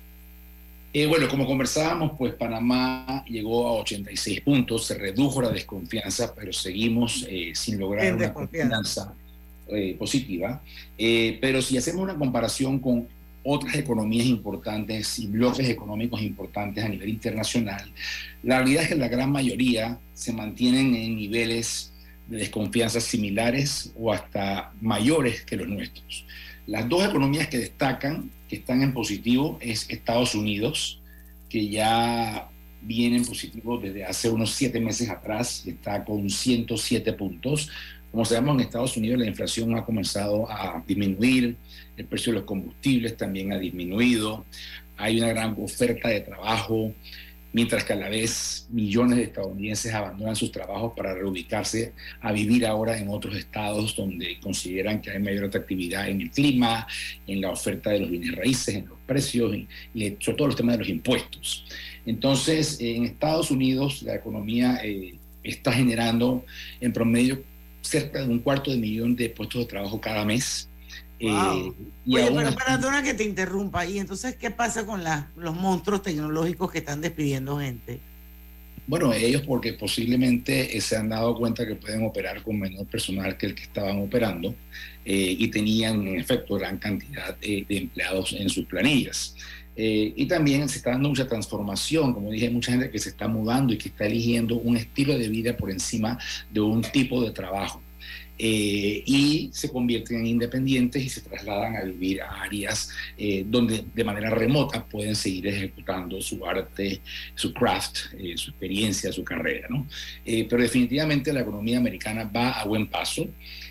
Eh, bueno, como conversábamos, pues Panamá llegó a ochenta y seis puntos, se redujo la desconfianza, pero seguimos eh, sin lograr en una confianza eh, positiva. Eh, pero si hacemos una comparación con otras economías importantes y bloques económicos importantes a nivel internacional, la realidad es que la gran mayoría se mantienen en niveles de desconfianza similares o hasta mayores que los nuestros. Las dos economías que destacan, que están en positivo, es Estados Unidos, que ya viene en positivo desde hace unos siete meses atrás, está con ciento siete puntos. Como sabemos, en Estados Unidos la inflación ha comenzado a disminuir, el precio de los combustibles también ha disminuido, hay una gran oferta de trabajo, mientras que a la vez millones de estadounidenses abandonan sus trabajos para reubicarse a vivir ahora en otros estados donde consideran que hay mayor atractividad en el clima, en la oferta de los bienes raíces, en los precios y, y sobre todo los temas de los impuestos. Entonces, en Estados Unidos la economía eh, está generando en promedio cerca de un cuarto de millón de puestos de trabajo cada mes. Wow. Eh, y Oye, aún pero así, perdona que te interrumpa. ¿Y entonces qué pasa con la, los monstruos tecnológicos que están despidiendo gente? bueno, ellos porque posiblemente eh, se han dado cuenta que pueden operar con menor personal que el que estaban operando eh, y tenían en efecto gran cantidad eh, de empleados en sus planillas. Eh, y también se está dando mucha transformación, como dije, mucha gente que se está mudando y que está eligiendo un estilo de vida por encima de un tipo de trabajo. Eh, y se convierten en independientes y se trasladan a vivir a áreas eh, donde de manera remota pueden seguir ejecutando su arte, su craft, eh, su experiencia, su carrera, ¿no? Eh, pero definitivamente la economía americana va a buen paso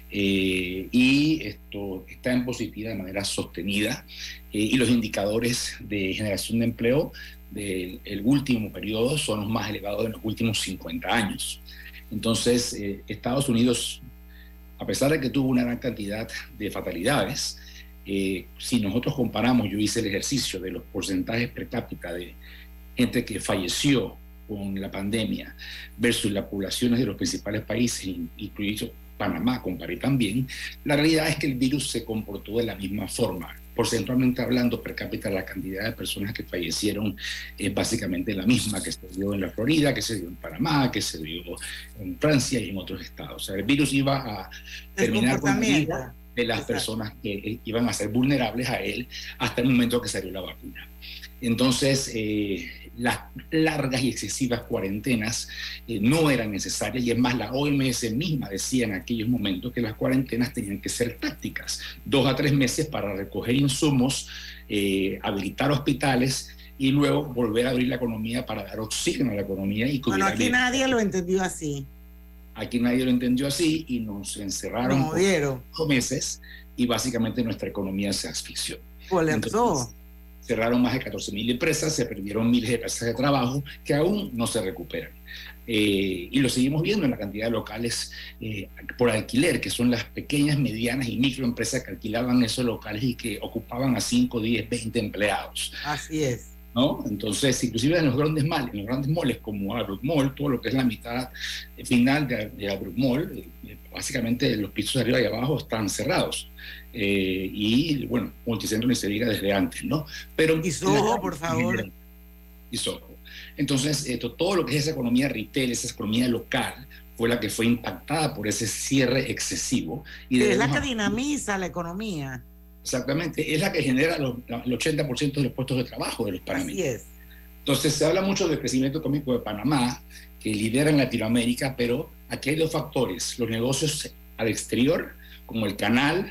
eh, y esto está en positiva de manera sostenida eh, y los indicadores de generación de empleo del el último periodo son los más elevados de los últimos cincuenta años. Entonces, eh, Estados Unidos, a pesar de que tuvo una gran cantidad de fatalidades, eh, si nosotros comparamos, yo hice el ejercicio de los porcentajes per cápita de gente que falleció con la pandemia versus las poblaciones de los principales países, incluido Panamá, comparé también, la realidad es que el virus se comportó de la misma forma. Porcentualmente hablando, per cápita, la cantidad de personas que fallecieron es básicamente la misma que se dio en la Florida, que se dio en Panamá, que se dio en Francia y en otros estados. O sea, el virus iba a terminar con la vida de las personas que iban a ser vulnerables a él hasta el momento que salió la vacuna. Entonces, eh, las largas y excesivas cuarentenas eh, no eran necesarias, y es más, la O M S misma decía en aquellos momentos que las cuarentenas tenían que ser tácticas, dos a tres meses para recoger insumos, eh, habilitar hospitales y luego volver a abrir la economía para dar oxígeno a la economía. Y bueno, aquí bien. Nadie lo entendió así. Aquí nadie lo entendió así y nos encerraron no, por dos meses y básicamente nuestra economía se asfixió. Colapsó. Cerraron más de catorce mil empresas, se perdieron miles de plazas de trabajo que aún no se recuperan. Eh, y lo seguimos viendo en la cantidad de locales eh, por alquiler, que son las pequeñas, medianas y microempresas que alquilaban esos locales y que ocupaban a cinco, diez, veinte empleados. Así es. ¿no? Entonces, inclusive en los grandes malls, en los grandes malls como Albrook Mall, todo lo que es la mitad final de, de Albrook Mall, eh, básicamente los pisos de arriba y abajo están cerrados. Eh, y bueno, Multicentro ni se diga desde antes, ¿no? Pero y Soho, por favor. Y Soho. Entonces, esto, todo lo que es esa economía retail, esa economía local, fue la que fue impactada por ese cierre excesivo. Y es la que dinamiza la economía. Exactamente, es la que genera los, el ochenta por ciento de los puestos de trabajo de los panameños. Así es. Entonces, se habla mucho del crecimiento económico de Panamá, que lidera en Latinoamérica, pero aquí hay dos factores: los negocios al exterior, como el canal,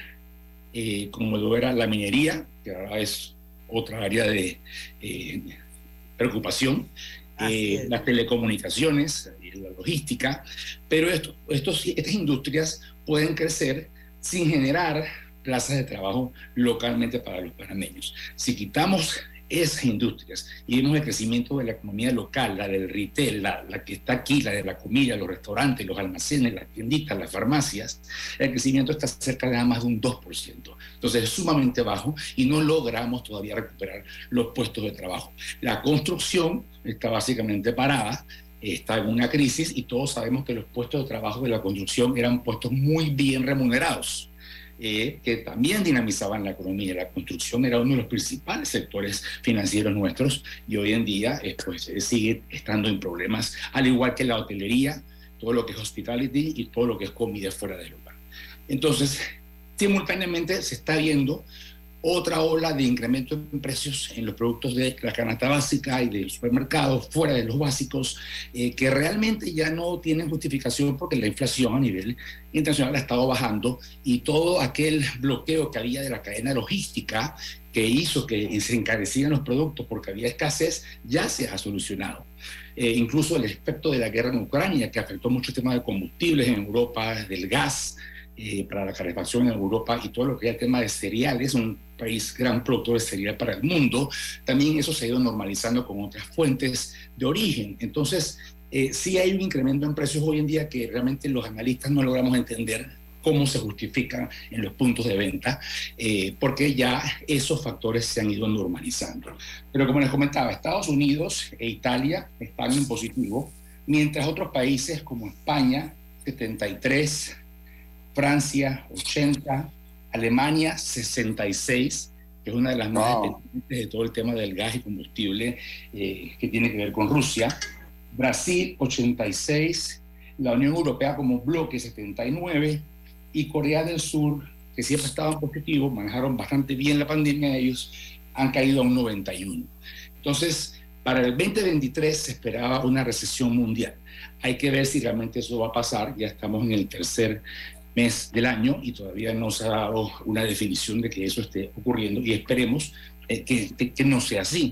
eh, como lo era la minería, que ahora es otra área de eh, preocupación, eh, las telecomunicaciones, la logística, pero esto, estos, estas industrias pueden crecer sin generar plazas de trabajo localmente para los panameños. Si quitamos esas industrias y vemos el crecimiento de la economía local, la del retail, la, la que está aquí, la de la comida, los restaurantes, los almacenes, las tienditas, las farmacias, el crecimiento está cerca de nada más de un dos por ciento. Entonces es sumamente bajo y no logramos todavía recuperar los puestos de trabajo. La construcción está básicamente parada, está en una crisis, y todos sabemos que los puestos de trabajo de la construcción eran puestos muy bien remunerados. Eh, que también dinamizaban la economía. La construcción era uno de los principales sectores financieros nuestros y hoy en día eh, pues, eh, sigue estando en problemas, al igual que la hotelería, todo lo que es hospitality y todo lo que es comida fuera del lugar. Entonces, simultáneamente se está viendo otra ola de incremento en precios en los productos de la canasta básica y de los supermercados, fuera de los básicos, eh, que realmente ya no tienen justificación porque la inflación a nivel internacional ha estado bajando y todo aquel bloqueo que había de la cadena logística que hizo que se encarecieran los productos porque había escasez, ya se ha solucionado. Eh, incluso el aspecto de la guerra en Ucrania, que afectó mucho el tema de combustibles en Europa, del gas, Eh, para la calefacción en Europa y todo lo que es el tema de cereales, un país gran productor de cereal para el mundo, también eso se ha ido normalizando con otras fuentes de origen. Entonces, eh, sí hay un incremento en precios hoy en día que realmente los analistas no logramos entender cómo se justifica en los puntos de venta, eh, porque ya esos factores se han ido normalizando. Pero como les comentaba, Estados Unidos e Italia están en positivo, mientras otros países como España, setenta y tres, Francia, ochenta, Alemania, sesenta y seis, que es una de las más wow. dependientes de todo el tema del gas y combustible eh, que tiene que ver con Rusia. Brasil, ochenta y seis, la Unión Europea como bloque, setenta y nueve, y Corea del Sur, que siempre estaban positivos, manejaron bastante bien la pandemia, ellos han caído a un noventa y uno. Entonces, para el veinte veintitrés se esperaba una recesión mundial. Hay que ver si realmente eso va a pasar. Ya estamos en el tercer mes del año y todavía no se ha dado una definición de que eso esté ocurriendo y esperemos eh, que, que, que no sea así.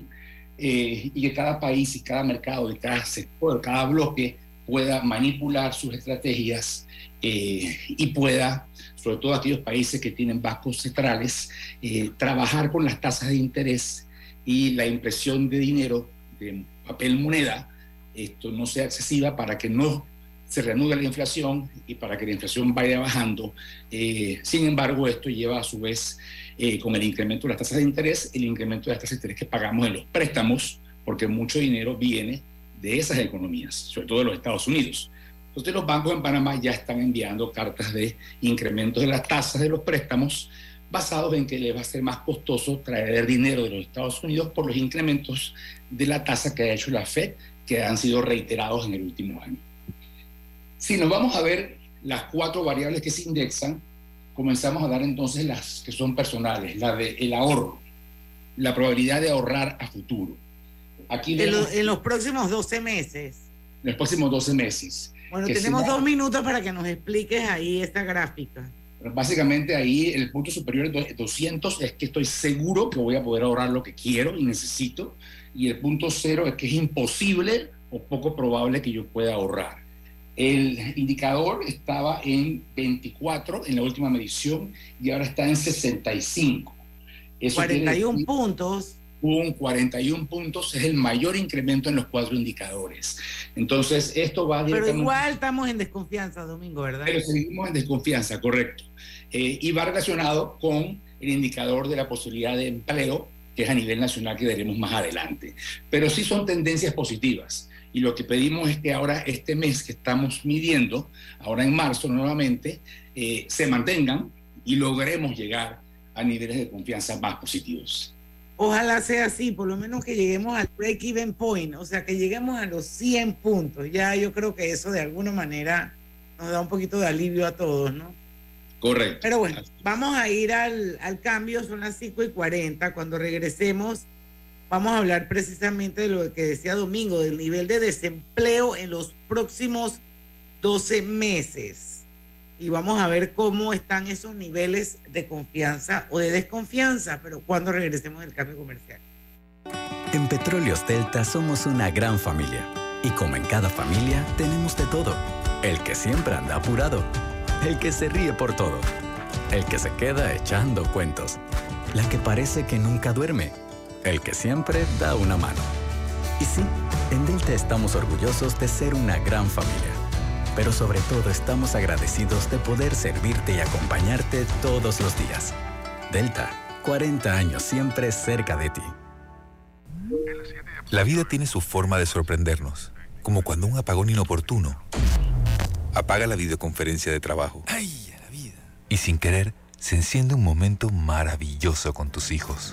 Eh, y que cada país y cada mercado y cada sector, cada bloque pueda manipular sus estrategias eh, y pueda, sobre todo aquellos países que tienen bancos centrales, eh, trabajar con las tasas de interés y la impresión de dinero, de papel moneda, esto no sea excesiva para que no se reanude la inflación y para que la inflación vaya bajando. Eh, sin embargo, esto lleva a su vez, eh, con el incremento de las tasas de interés, el incremento de las tasas de interés que pagamos en los préstamos, porque mucho dinero viene de esas economías, sobre todo de los Estados Unidos. Entonces los bancos en Panamá ya están enviando cartas de incremento de las tasas de los préstamos basados en que les va a ser más costoso traer dinero de los Estados Unidos por los incrementos de la tasa que ha hecho la Fed, que han sido reiterados en el último año. Si nos vamos a ver las cuatro variables que se indexan, comenzamos a dar entonces las que son personales, la del ahorro, la probabilidad de ahorrar a futuro. Aquí en, lo, en los próximos doce meses. En los próximos doce meses. Bueno, tenemos será, dos minutos para que nos expliques ahí esta gráfica. Básicamente ahí el punto superior de doscientos es que estoy seguro que voy a poder ahorrar lo que quiero y necesito, y el punto cero es que es imposible o poco probable que yo pueda ahorrar. El indicador estaba en veinticuatro en la última medición y ahora está en sesenta y cinco. Eso cuarenta y uno puntos. Un cuarenta y uno puntos es el mayor incremento en los cuatro indicadores. Entonces, esto va directamente... Pero igual estamos en desconfianza, Domingo, ¿verdad? Pero seguimos en desconfianza, correcto. Eh, y va relacionado con el indicador de la posibilidad de empleo, que es a nivel nacional, que veremos más adelante. Pero sí son tendencias positivas. Y lo que pedimos es que ahora, este mes que estamos midiendo, ahora en marzo nuevamente, eh, se mantengan y logremos llegar a niveles de confianza más positivos. Ojalá sea así, por lo menos que lleguemos al break-even point, o sea, que lleguemos a los cien puntos. Ya yo creo que eso de alguna manera nos da un poquito de alivio a todos, ¿no? Correcto. Pero bueno, vamos a ir al, al cambio, son las cinco y cuarenta. Cuando regresemos, vamos a hablar precisamente de lo que decía Domingo, del nivel de desempleo en los próximos doce meses. Y vamos a ver cómo están esos niveles de confianza o de desconfianza, pero cuando regresemos del cambio comercial. En Petróleos Delta somos una gran familia. Y como en cada familia, tenemos de todo. El que siempre anda apurado. El que se ríe por todo. El que se queda echando cuentos. La que parece que nunca duerme. El que siempre da una mano. Y sí, en Delta estamos orgullosos de ser una gran familia. Pero sobre todo estamos agradecidos de poder servirte y acompañarte todos los días. Delta, cuarenta años siempre cerca de ti. La vida tiene su forma de sorprendernos, como cuando un apagón inoportuno apaga la videoconferencia de trabajo. ¡Ay, a la vida! Y sin querer, se enciende un momento maravilloso con tus hijos.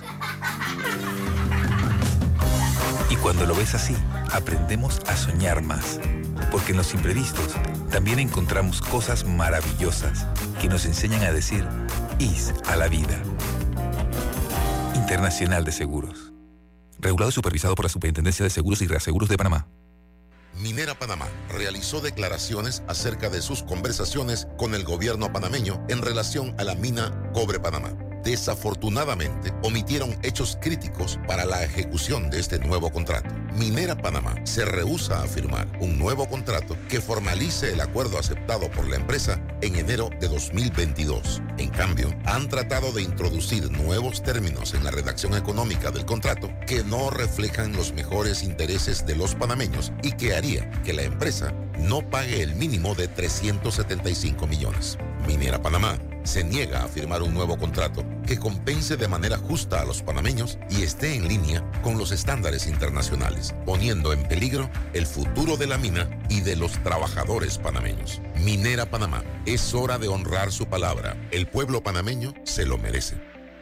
Y cuando lo ves así, aprendemos a soñar más. Porque en los imprevistos también encontramos cosas maravillosas que nos enseñan a decir IS a la vida. Internacional de Seguros. Regulado y supervisado por la Superintendencia de Seguros y Reaseguros de Panamá. Minera Panamá realizó declaraciones acerca de sus conversaciones con el gobierno panameño en relación a la mina Cobre Panamá. Desafortunadamente, omitieron hechos críticos para la ejecución de este nuevo contrato. Minera Panamá se rehúsa a firmar un nuevo contrato que formalice el acuerdo aceptado por la empresa en enero de dos mil veintidós. En cambio, han tratado de introducir nuevos términos en la redacción económica del contrato que no reflejan los mejores intereses de los panameños y que haría que la empresa no pague el mínimo de trescientos setenta y cinco millones. Minera Panamá se niega a firmar un nuevo contrato que compense de manera justa a los panameños y esté en línea con los estándares internacionales, poniendo en peligro el futuro de la mina y de los trabajadores panameños. Minera Panamá, es hora de honrar su palabra. El pueblo panameño se lo merece.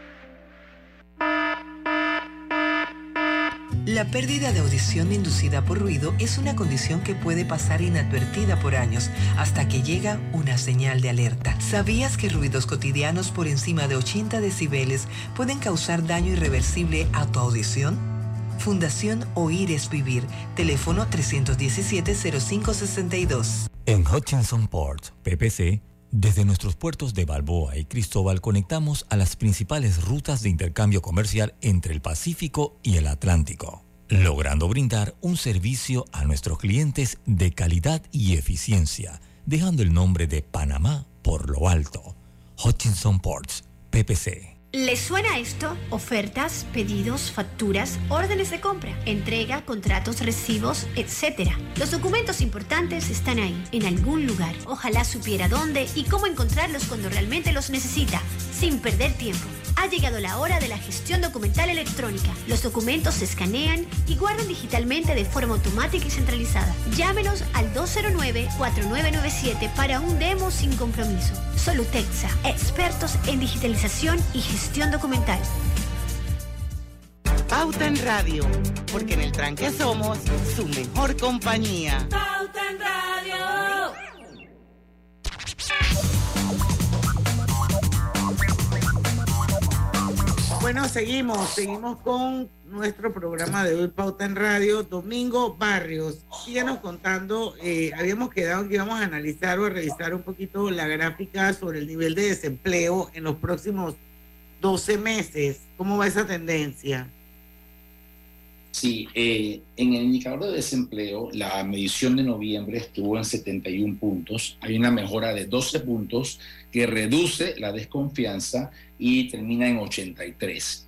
La pérdida de audición inducida por ruido es una condición que puede pasar inadvertida por años hasta que llega una señal de alerta. ¿Sabías que ruidos cotidianos por encima de ochenta decibeles pueden causar daño irreversible a tu audición? Fundación Oír es Vivir. Teléfono tres uno siete, cero cinco seis dos. En Hutchinson Ports, P P C, desde nuestros puertos de Balboa y Cristóbal conectamos a las principales rutas de intercambio comercial entre el Pacífico y el Atlántico, logrando brindar un servicio a nuestros clientes de calidad y eficiencia, dejando el nombre de Panamá por lo alto. Hutchinson Ports, P P C. ¿Les suena esto? Ofertas, pedidos, facturas, órdenes de compra, entrega, contratos, recibos, etcétera. Los documentos importantes están ahí, en algún lugar. Ojalá supiera dónde y cómo encontrarlos cuando realmente los necesita, sin perder tiempo. Ha llegado la hora de la gestión documental electrónica. Los documentos se escanean y guardan digitalmente de forma automática y centralizada. Llámenos al dos cero nueve, cuatro nueve nueve siete para un demo sin compromiso. Solutexa, expertos en digitalización y gestión documental. Pauta en Radio, porque en el tranque somos su mejor compañía. Pauta en Radio. Bueno, seguimos, seguimos con nuestro programa de hoy, Pauta en Radio. Domingo Barrios, síganos contando, eh, habíamos quedado que íbamos a analizar o a revisar un poquito la gráfica sobre el nivel de desempleo en los próximos doce meses. ¿Cómo va esa tendencia? Sí, eh, en el indicador de desempleo, la medición de noviembre estuvo en setenta y uno puntos. Hay una mejora de doce puntos que reduce la desconfianza y termina en ochenta y tres.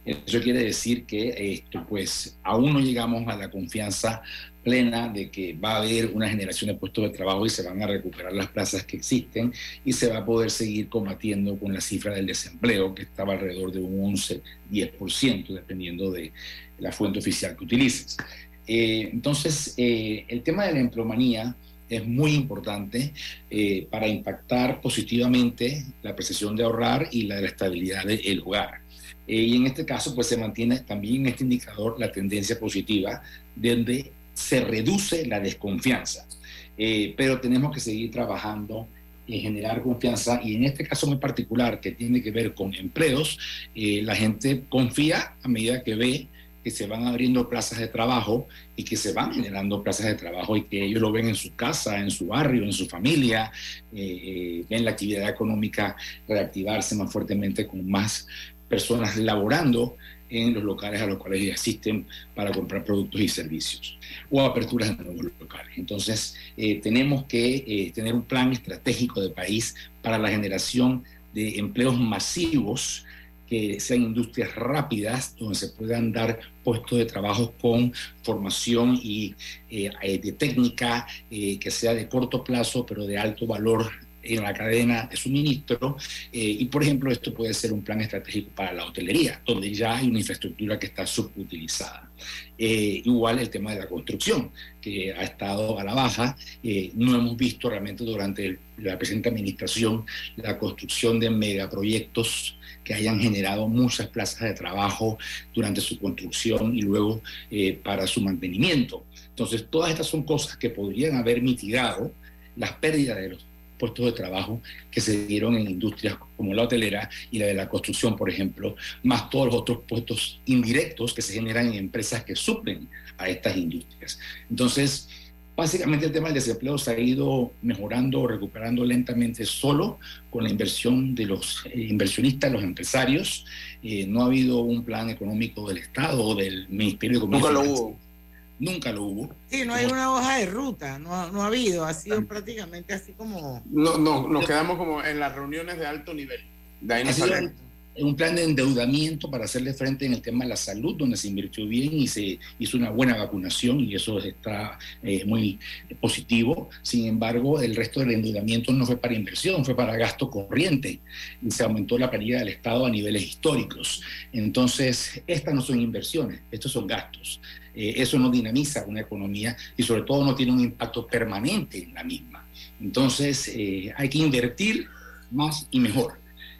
Eso quiere decir que esto, pues, aún no llegamos a la confianza plena de que va a haber una generación de puestos de trabajo y se van a recuperar las plazas que existen y se va a poder seguir combatiendo con la cifra del desempleo, que estaba alrededor de un once, diez por ciento, dependiendo de la fuente oficial que utilices. Eh, entonces, eh, el tema de la empleomanía es muy importante eh, para impactar positivamente la percepción de ahorrar y la de la estabilidad del hogar. Eh, y en este caso, pues se mantiene también en este indicador la tendencia positiva, donde se reduce la desconfianza. Eh, pero tenemos que seguir trabajando en generar confianza, y en este caso muy particular, que tiene que ver con empleos, eh, la gente confía a medida que ve que se van abriendo plazas de trabajo y que se van generando plazas de trabajo y que ellos lo ven en su casa, en su barrio, en su familia, eh, eh, ven la actividad económica reactivarse más fuertemente con más personas laborando en los locales a los cuales ellos asisten para comprar productos y servicios o aperturas de nuevos locales. Entonces, eh, tenemos que eh, tener un plan estratégico de país para la generación de empleos masivos, que sean industrias rápidas, donde se puedan dar puestos de trabajo con formación y eh, de técnica, eh, que sea de corto plazo, pero de alto valor en la cadena de suministro. Eh, y, por ejemplo, esto puede ser un plan estratégico para la hotelería, donde ya hay una infraestructura que está subutilizada. Eh, igual el tema de la construcción, que ha estado a la baja. Eh, no hemos visto realmente durante el, la presente administración la construcción de megaproyectos que hayan generado muchas plazas de trabajo durante su construcción y luego eh, para su mantenimiento. Entonces, todas estas son cosas que podrían haber mitigado las pérdidas de los puestos de trabajo que se dieron en industrias como la hotelera y la de la construcción, por ejemplo, más todos los otros puestos indirectos que se generan en empresas que suplen a estas industrias. Entonces, básicamente el tema del desempleo se ha ido mejorando o recuperando lentamente solo con la inversión de los eh, inversionistas, los empresarios. Eh, no ha habido un plan económico del Estado o del Ministerio de Comercio. Nunca lo hubo. Nunca lo hubo. Sí, no hay una hoja de ruta, no, no ha habido, ha sido prácticamente así como... No, no, nos quedamos como en las reuniones de alto nivel. De ahí no sale. Un plan de endeudamiento para hacerle frente en el tema de la salud, donde se invirtió bien y se hizo una buena vacunación, y eso está eh, muy positivo. Sin embargo, el resto del endeudamiento no fue para inversión, fue para gasto corriente, y se aumentó la planilla del Estado a niveles históricos. Entonces, estas no son inversiones, estos son gastos. Eh, eso no dinamiza una economía y sobre todo no tiene un impacto permanente en la misma. Entonces, eh, hay que invertir más y mejor.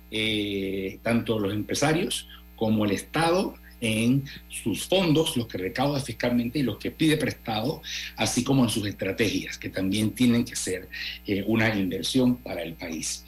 Eh, tanto los empresarios como el Estado en sus fondos, los que recauda fiscalmente y los que pide prestado, así como en sus estrategias, que también tienen que ser eh, una inversión para el país.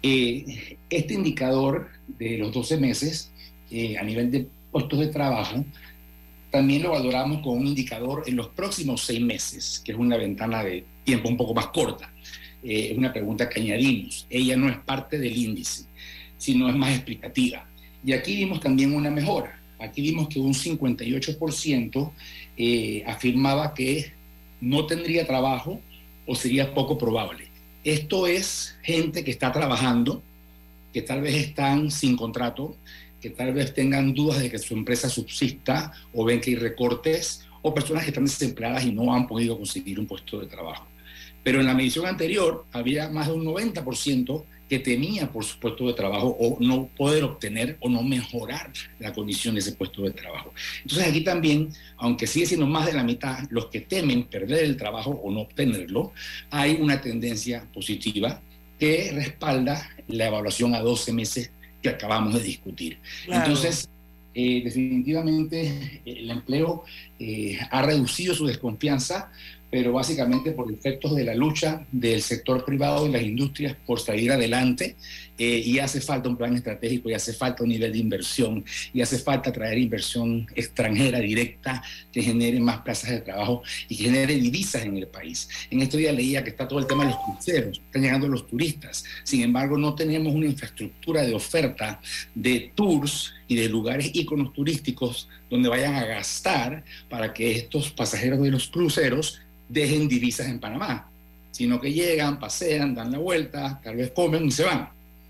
Eh, este indicador de los doce meses eh, a nivel de puestos de trabajo también lo valoramos con un indicador en los próximos seis meses, que es una ventana de tiempo un poco más corta. Es eh, una pregunta que añadimos. Ella no es parte del índice, sino es más explicativa. Y aquí vimos también una mejora. Aquí vimos que un cincuenta y ocho por ciento eh, afirmaba que no tendría trabajo o sería poco probable. Esto es gente que está trabajando, que tal vez están sin contrato, que tal vez tengan dudas de que su empresa subsista o ven que hay recortes, o personas que están desempleadas y no han podido conseguir un puesto de trabajo. Pero en la medición anterior había más de un noventa por ciento que temía por su puesto de trabajo o no poder obtener o no mejorar la condición de ese puesto de trabajo. Entonces aquí también, aunque sigue siendo más de la mitad los que temen perder el trabajo o no obtenerlo, hay una tendencia positiva que respalda la evaluación a doce meses que acabamos de discutir. Claro. Entonces, eh, definitivamente el empleo eh, ha reducido su desconfianza, pero básicamente por efectos de la lucha del sector privado y las industrias por salir adelante, eh, y hace falta un plan estratégico, y hace falta un nivel de inversión, y hace falta traer inversión extranjera directa que genere más plazas de trabajo y que genere divisas en el país. En estos días leía que está todo el tema de los cruceros, están llegando los turistas, sin embargo no tenemos una infraestructura de oferta de tours y de lugares íconos turísticos donde vayan a gastar para que estos pasajeros de los cruceros dejen divisas en Panamá, sino que llegan, pasean, dan la vuelta, tal vez comen y se van.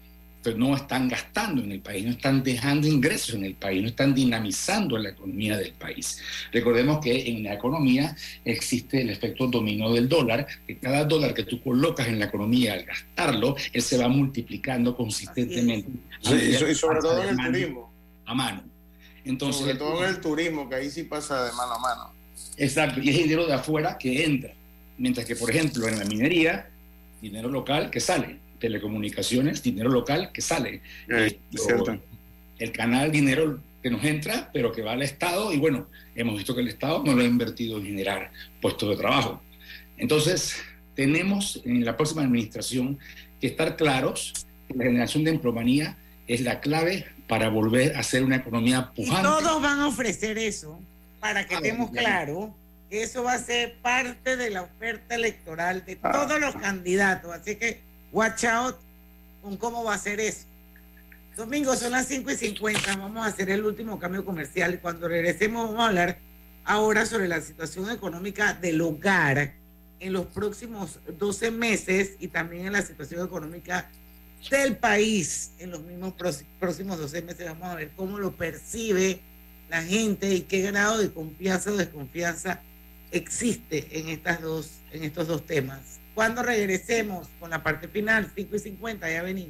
no están gastando en el país, no están dejando ingresos en el país, no están dinamizando la economía del país. Recordemos que en la economía existe el efecto dominó del dólar, que cada dólar que tú colocas en la economía al gastarlo, él se va multiplicando consistentemente. Sí, y sobre todo en el turismo. A mano. Entonces, sobre todo en el turismo, que ahí sí pasa de mano a mano. Exacto, y es dinero de afuera que entra. Mientras que, por ejemplo, en la minería, dinero local que sale. Telecomunicaciones, dinero local que sale. Eh, Esto, el canal, dinero que nos entra, pero que va al Estado, y bueno, hemos visto que el Estado no lo ha invertido en generar puestos de trabajo. Entonces, tenemos en la próxima administración que estar claros que la generación de empleomanía es la clave para volver a ser una economía pujante. Y todos van a ofrecer eso, para que ah, estemos claros, que eso va a ser parte de la oferta electoral de ah. todos los candidatos, así que watch out con cómo va a ser eso. Domingo, son las cinco y cincuenta, vamos a hacer el último cambio comercial y cuando regresemos vamos a hablar ahora sobre la situación económica del hogar en los próximos doce meses y también en la situación económica del país en los mismos próximos doce meses. Vamos a ver cómo lo percibe la gente y qué grado de confianza o desconfianza existe en, estas dos, en estos dos temas. Cuando regresemos con la parte final, cinco y cincuenta, ya venimos.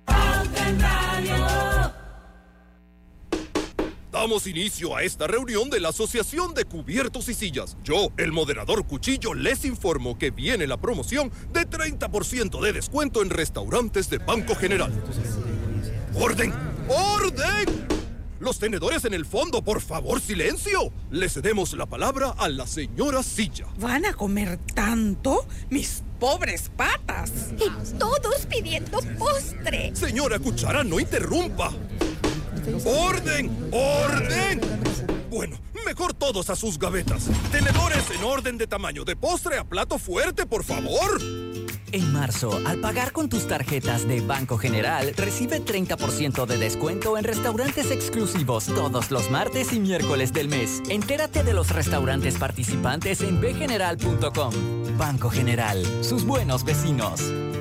Damos inicio a esta reunión de la Asociación de Cubiertos y Sillas. Yo, el moderador Cuchillo, les informo que viene la promoción de treinta por ciento de descuento en restaurantes de Banco General. ¡Orden! ¡Orden! Los tenedores en el fondo, por favor, silencio. Le cedemos la palabra a la señora Silla. ¿Van a comer tanto? ¡Mis pobres patas! Y todos pidiendo postre. Señora Cuchara, no interrumpa. ¡Orden! ¡Orden! Bueno, mejor todos a sus gavetas. Tenedores en orden de tamaño, de postre a plato fuerte, por favor. En marzo, al pagar con tus tarjetas de Banco General, recibe treinta por ciento de descuento en restaurantes exclusivos todos los martes y miércoles del mes. Entérate de los restaurantes participantes en b general punto com. Banco General, sus buenos vecinos.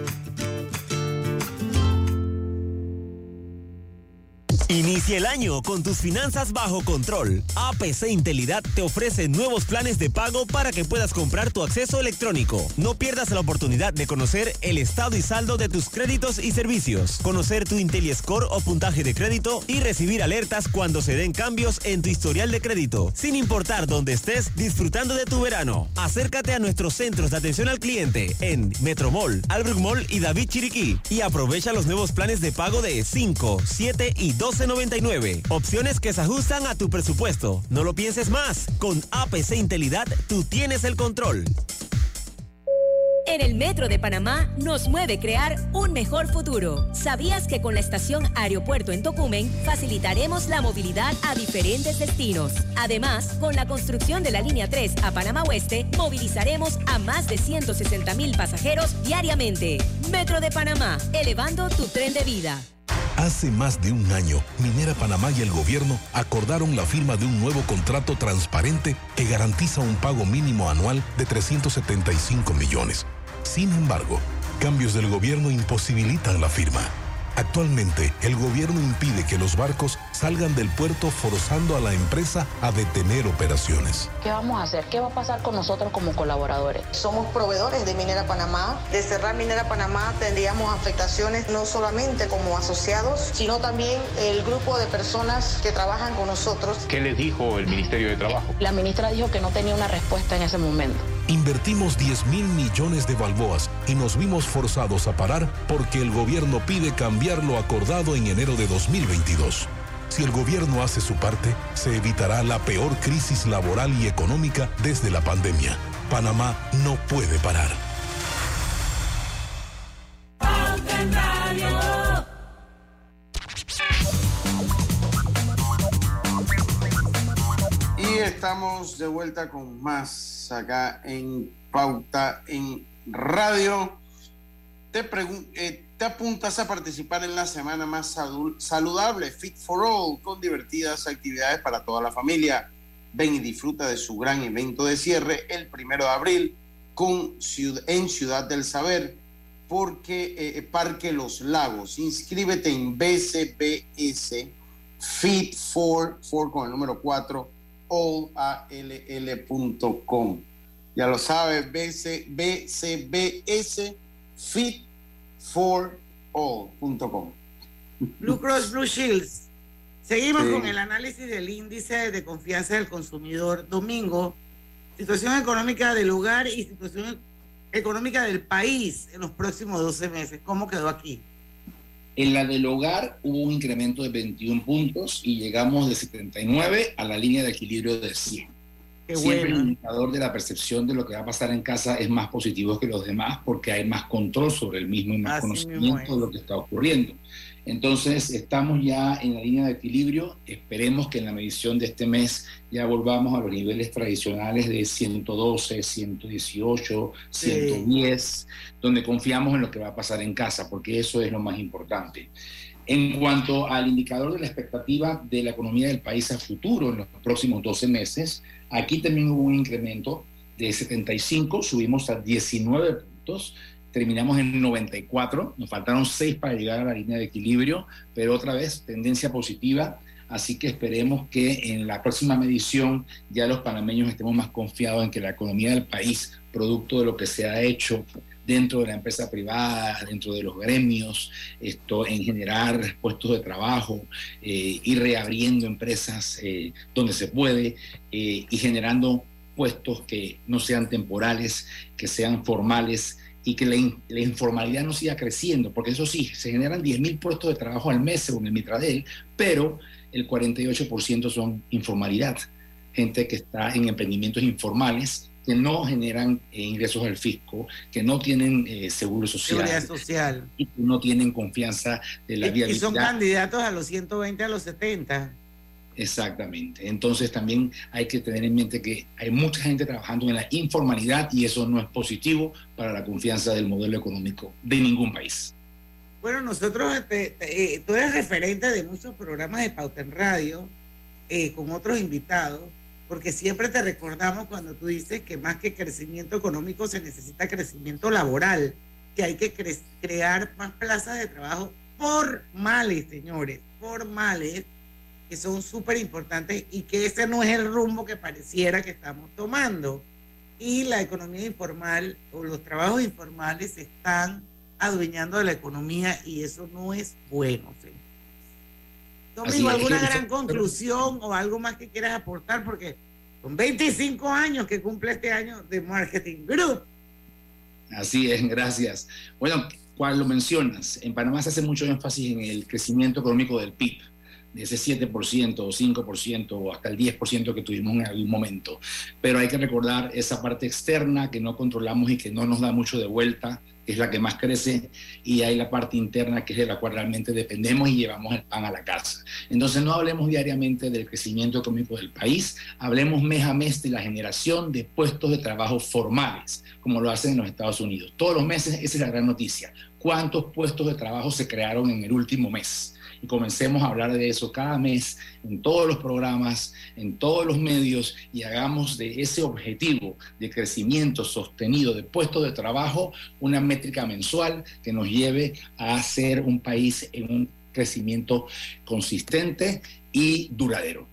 Inicia el año con tus finanzas bajo control. A P C Intelidad te ofrece nuevos planes de pago para que puedas comprar tu acceso electrónico. No pierdas la oportunidad de conocer el estado y saldo de tus créditos y servicios, conocer tu IntelliScore o puntaje de crédito y recibir alertas cuando se den cambios en tu historial de crédito, sin importar dónde estés disfrutando de tu verano. Acércate a nuestros centros de atención al cliente en Metromall, Albrook Mall y David Chiriquí y aprovecha los nuevos planes de pago de cinco, siete y doce noventa y nueve. Opciones que se ajustan a tu presupuesto. No lo pienses más. Con A P C Intelidad, tú tienes el control. En el Metro de Panamá nos mueve crear un mejor futuro. ¿Sabías que con la estación Aeropuerto en Tocumen facilitaremos la movilidad a diferentes destinos? Además, con la construcción de la línea tres a Panamá Oeste, movilizaremos a más de ciento sesenta mil pasajeros diariamente. Metro de Panamá, elevando tu tren de vida. Hace más de un año, Minera Panamá y el gobierno acordaron la firma de un nuevo contrato transparente que garantiza un pago mínimo anual de trescientos setenta y cinco millones. Sin embargo, cambios del gobierno imposibilitan la firma. Actualmente, el gobierno impide que los barcos salgan del puerto forzando a la empresa a detener operaciones. ¿Qué vamos a hacer? ¿Qué va a pasar con nosotros como colaboradores? Somos proveedores de Minera Panamá. De cerrar Minera Panamá tendríamos afectaciones no solamente como asociados, sino también el grupo de personas que trabajan con nosotros. ¿Qué les dijo el Ministerio de Trabajo? La ministra dijo que no tenía una respuesta en ese momento. Invertimos diez mil millones de balboas y nos vimos forzados a parar porque el gobierno pide cambiar lo acordado en enero de dos mil veintidós. Si el gobierno hace su parte, se evitará la peor crisis laboral y económica desde la pandemia. Panamá no puede parar. Y estamos de vuelta con más acá en Pauta en Radio. Te, eh, te apuntas a participar en la semana más saludable, Fit for All, con divertidas actividades para toda la familia. Ven y disfruta de su gran evento de cierre el primero de abril con, en Ciudad del Saber. porque eh, Parque Los Lagos. Inscríbete en B C B S Fit for, for con el número cuatro, all punto com. Ya lo sabes, B C B S Fit for all punto com. Blue Cross Blue Shields. Seguimos Sí. con el análisis del índice de confianza del consumidor. Domingo, situación económica del lugar y situación económica del país en los próximos doce meses. ¿Cómo quedó aquí? En la del hogar hubo un incremento de veintiún puntos y llegamos de setenta y nueve a la línea de equilibrio de cien. Qué Siempre bueno. el indicador de la percepción de lo que va a pasar en casa es más positivo que los demás porque hay más control sobre el mismo y más Así mismo conocimiento es. de lo que está ocurriendo. Entonces, estamos ya en la línea de equilibrio. Esperemos que en la medición de este mes ya volvamos a los niveles tradicionales de ciento doce, ciento dieciocho, Sí. ciento diez, donde confiamos en lo que va a pasar en casa, porque eso es lo más importante. En cuanto al indicador de la expectativa de la economía del país a futuro en los próximos doce meses, aquí también hubo un incremento de setenta y cinco, subimos a diecinueve puntos, terminamos en noventa y cuatro, nos faltaron seis para llegar a la línea de equilibrio, pero otra vez tendencia positiva, así que esperemos que en la próxima medición ya los panameños estemos más confiados en que la economía del país, producto de lo que se ha hecho dentro de la empresa privada, dentro de los gremios, esto en generar puestos de trabajo, eh, ir reabriendo empresas eh, donde se puede eh, y generando puestos que no sean temporales, que sean formales y que la, in, la informalidad no siga creciendo, porque eso sí, se generan diez mil puestos de trabajo al mes según el Mitradel, pero el cuarenta y ocho por ciento son informalidad, gente que está en emprendimientos informales, que no generan eh, ingresos al fisco, que no tienen eh, seguro social, Seguridad social. y que no tienen confianza de la Y, y viabilidad. son candidatos a los ciento veinte, a los setenta. Exactamente. Entonces también hay que tener en mente que hay mucha gente trabajando en la informalidad y eso no es positivo para la confianza del modelo económico de ningún país. Bueno, nosotros, te, te, eh, tú eres referente de muchos programas de Pauta en Radio, eh, con otros invitados, porque siempre te recordamos cuando tú dices que más que crecimiento económico se necesita crecimiento laboral, que hay que cre- crear más plazas de trabajo formales, señores, formales, que son súper importantes y que ese no es el rumbo que pareciera que estamos tomando. Y la economía informal o los trabajos informales se están adueñando de la economía y eso no es bueno. ¿Sí? Domingo, ¿alguna gran conclusión o algo más que quieras aportar? Porque son veinticinco años que cumple este año de Marketing Group. Así es, gracias. Bueno, cuando lo mencionas, en Panamá se hace mucho énfasis en el crecimiento económico del P I B, de ese siete por ciento o cinco por ciento o hasta el diez por ciento que tuvimos en algún momento. Pero hay que recordar esa parte externa que no controlamos y que no nos da mucho de vuelta, que es la que más crece, y hay la parte interna que es de la cual realmente dependemos y llevamos el pan a la casa. Entonces no hablemos diariamente del crecimiento económico del país, hablemos mes a mes de la generación de puestos de trabajo formales, como lo hacen en los Estados Unidos. Todos los meses, esa es la gran noticia. ¿Cuántos puestos de trabajo se crearon en el último mes? Y comencemos a hablar de eso cada mes, en todos los programas, en todos los medios, y hagamos de ese objetivo de crecimiento sostenido de puestos de trabajo una métrica mensual que nos lleve a ser un país en un crecimiento consistente y duradero.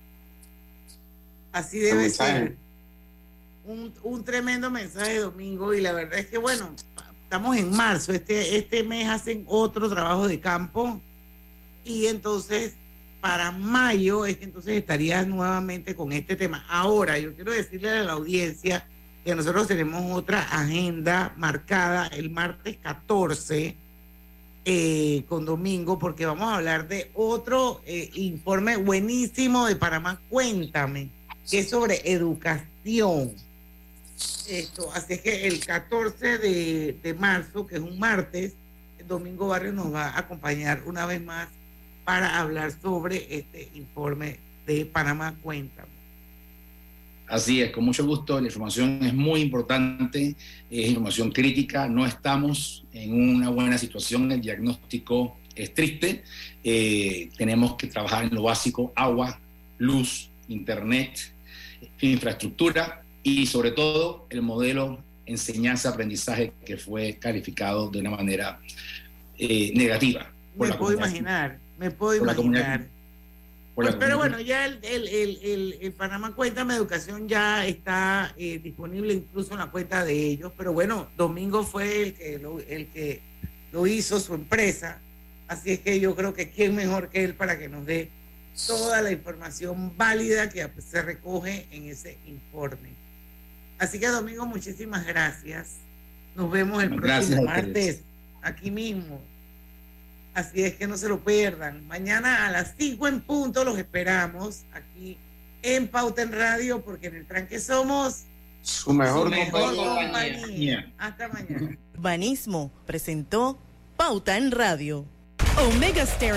Así debe ser. Un, un tremendo mensaje, Domingo, y la verdad es que, bueno, estamos en marzo, este, este mes hacen otro trabajo de campo, y entonces para mayo es que entonces estarías nuevamente con este tema. Ahora, yo quiero decirle a la audiencia que nosotros tenemos otra agenda marcada el martes catorce eh, con Domingo, porque vamos a hablar de otro eh, informe buenísimo de Panamá Cuéntame, que es sobre educación. Esto, así es que el catorce de, de marzo, que es un martes, Domingo Barrio nos va a acompañar una vez más para hablar sobre este informe de Panamá Cuéntame. Así es, con mucho gusto. La información es muy importante, es información crítica. No estamos en una buena situación, el diagnóstico es triste. Eh, tenemos que trabajar en lo básico: agua, luz, internet, infraestructura y sobre todo el modelo enseñanza-aprendizaje que fue calificado de una manera eh, negativa. Me puedo imaginar, me puedo imaginar. Pues, pero bueno, ya el, el, el, el, el Panamá Cuéntame Educación ya está eh, disponible incluso en la cuenta de ellos, pero bueno, Domingo fue el que lo, el que lo hizo, su empresa, así es que yo creo que quién mejor que él para que nos dé toda la información válida que se recoge en ese informe. Así que Domingo, muchísimas gracias. Nos vemos el próximo martes, aquí mismo. Así es que no se lo pierdan. Mañana a las cinco en punto los esperamos aquí en Pauta en Radio, porque en el tranque somos su mejor, su mejor compañía. compañía. Hasta mañana. Banismo presentó Pauta en Radio. Omega Stereo.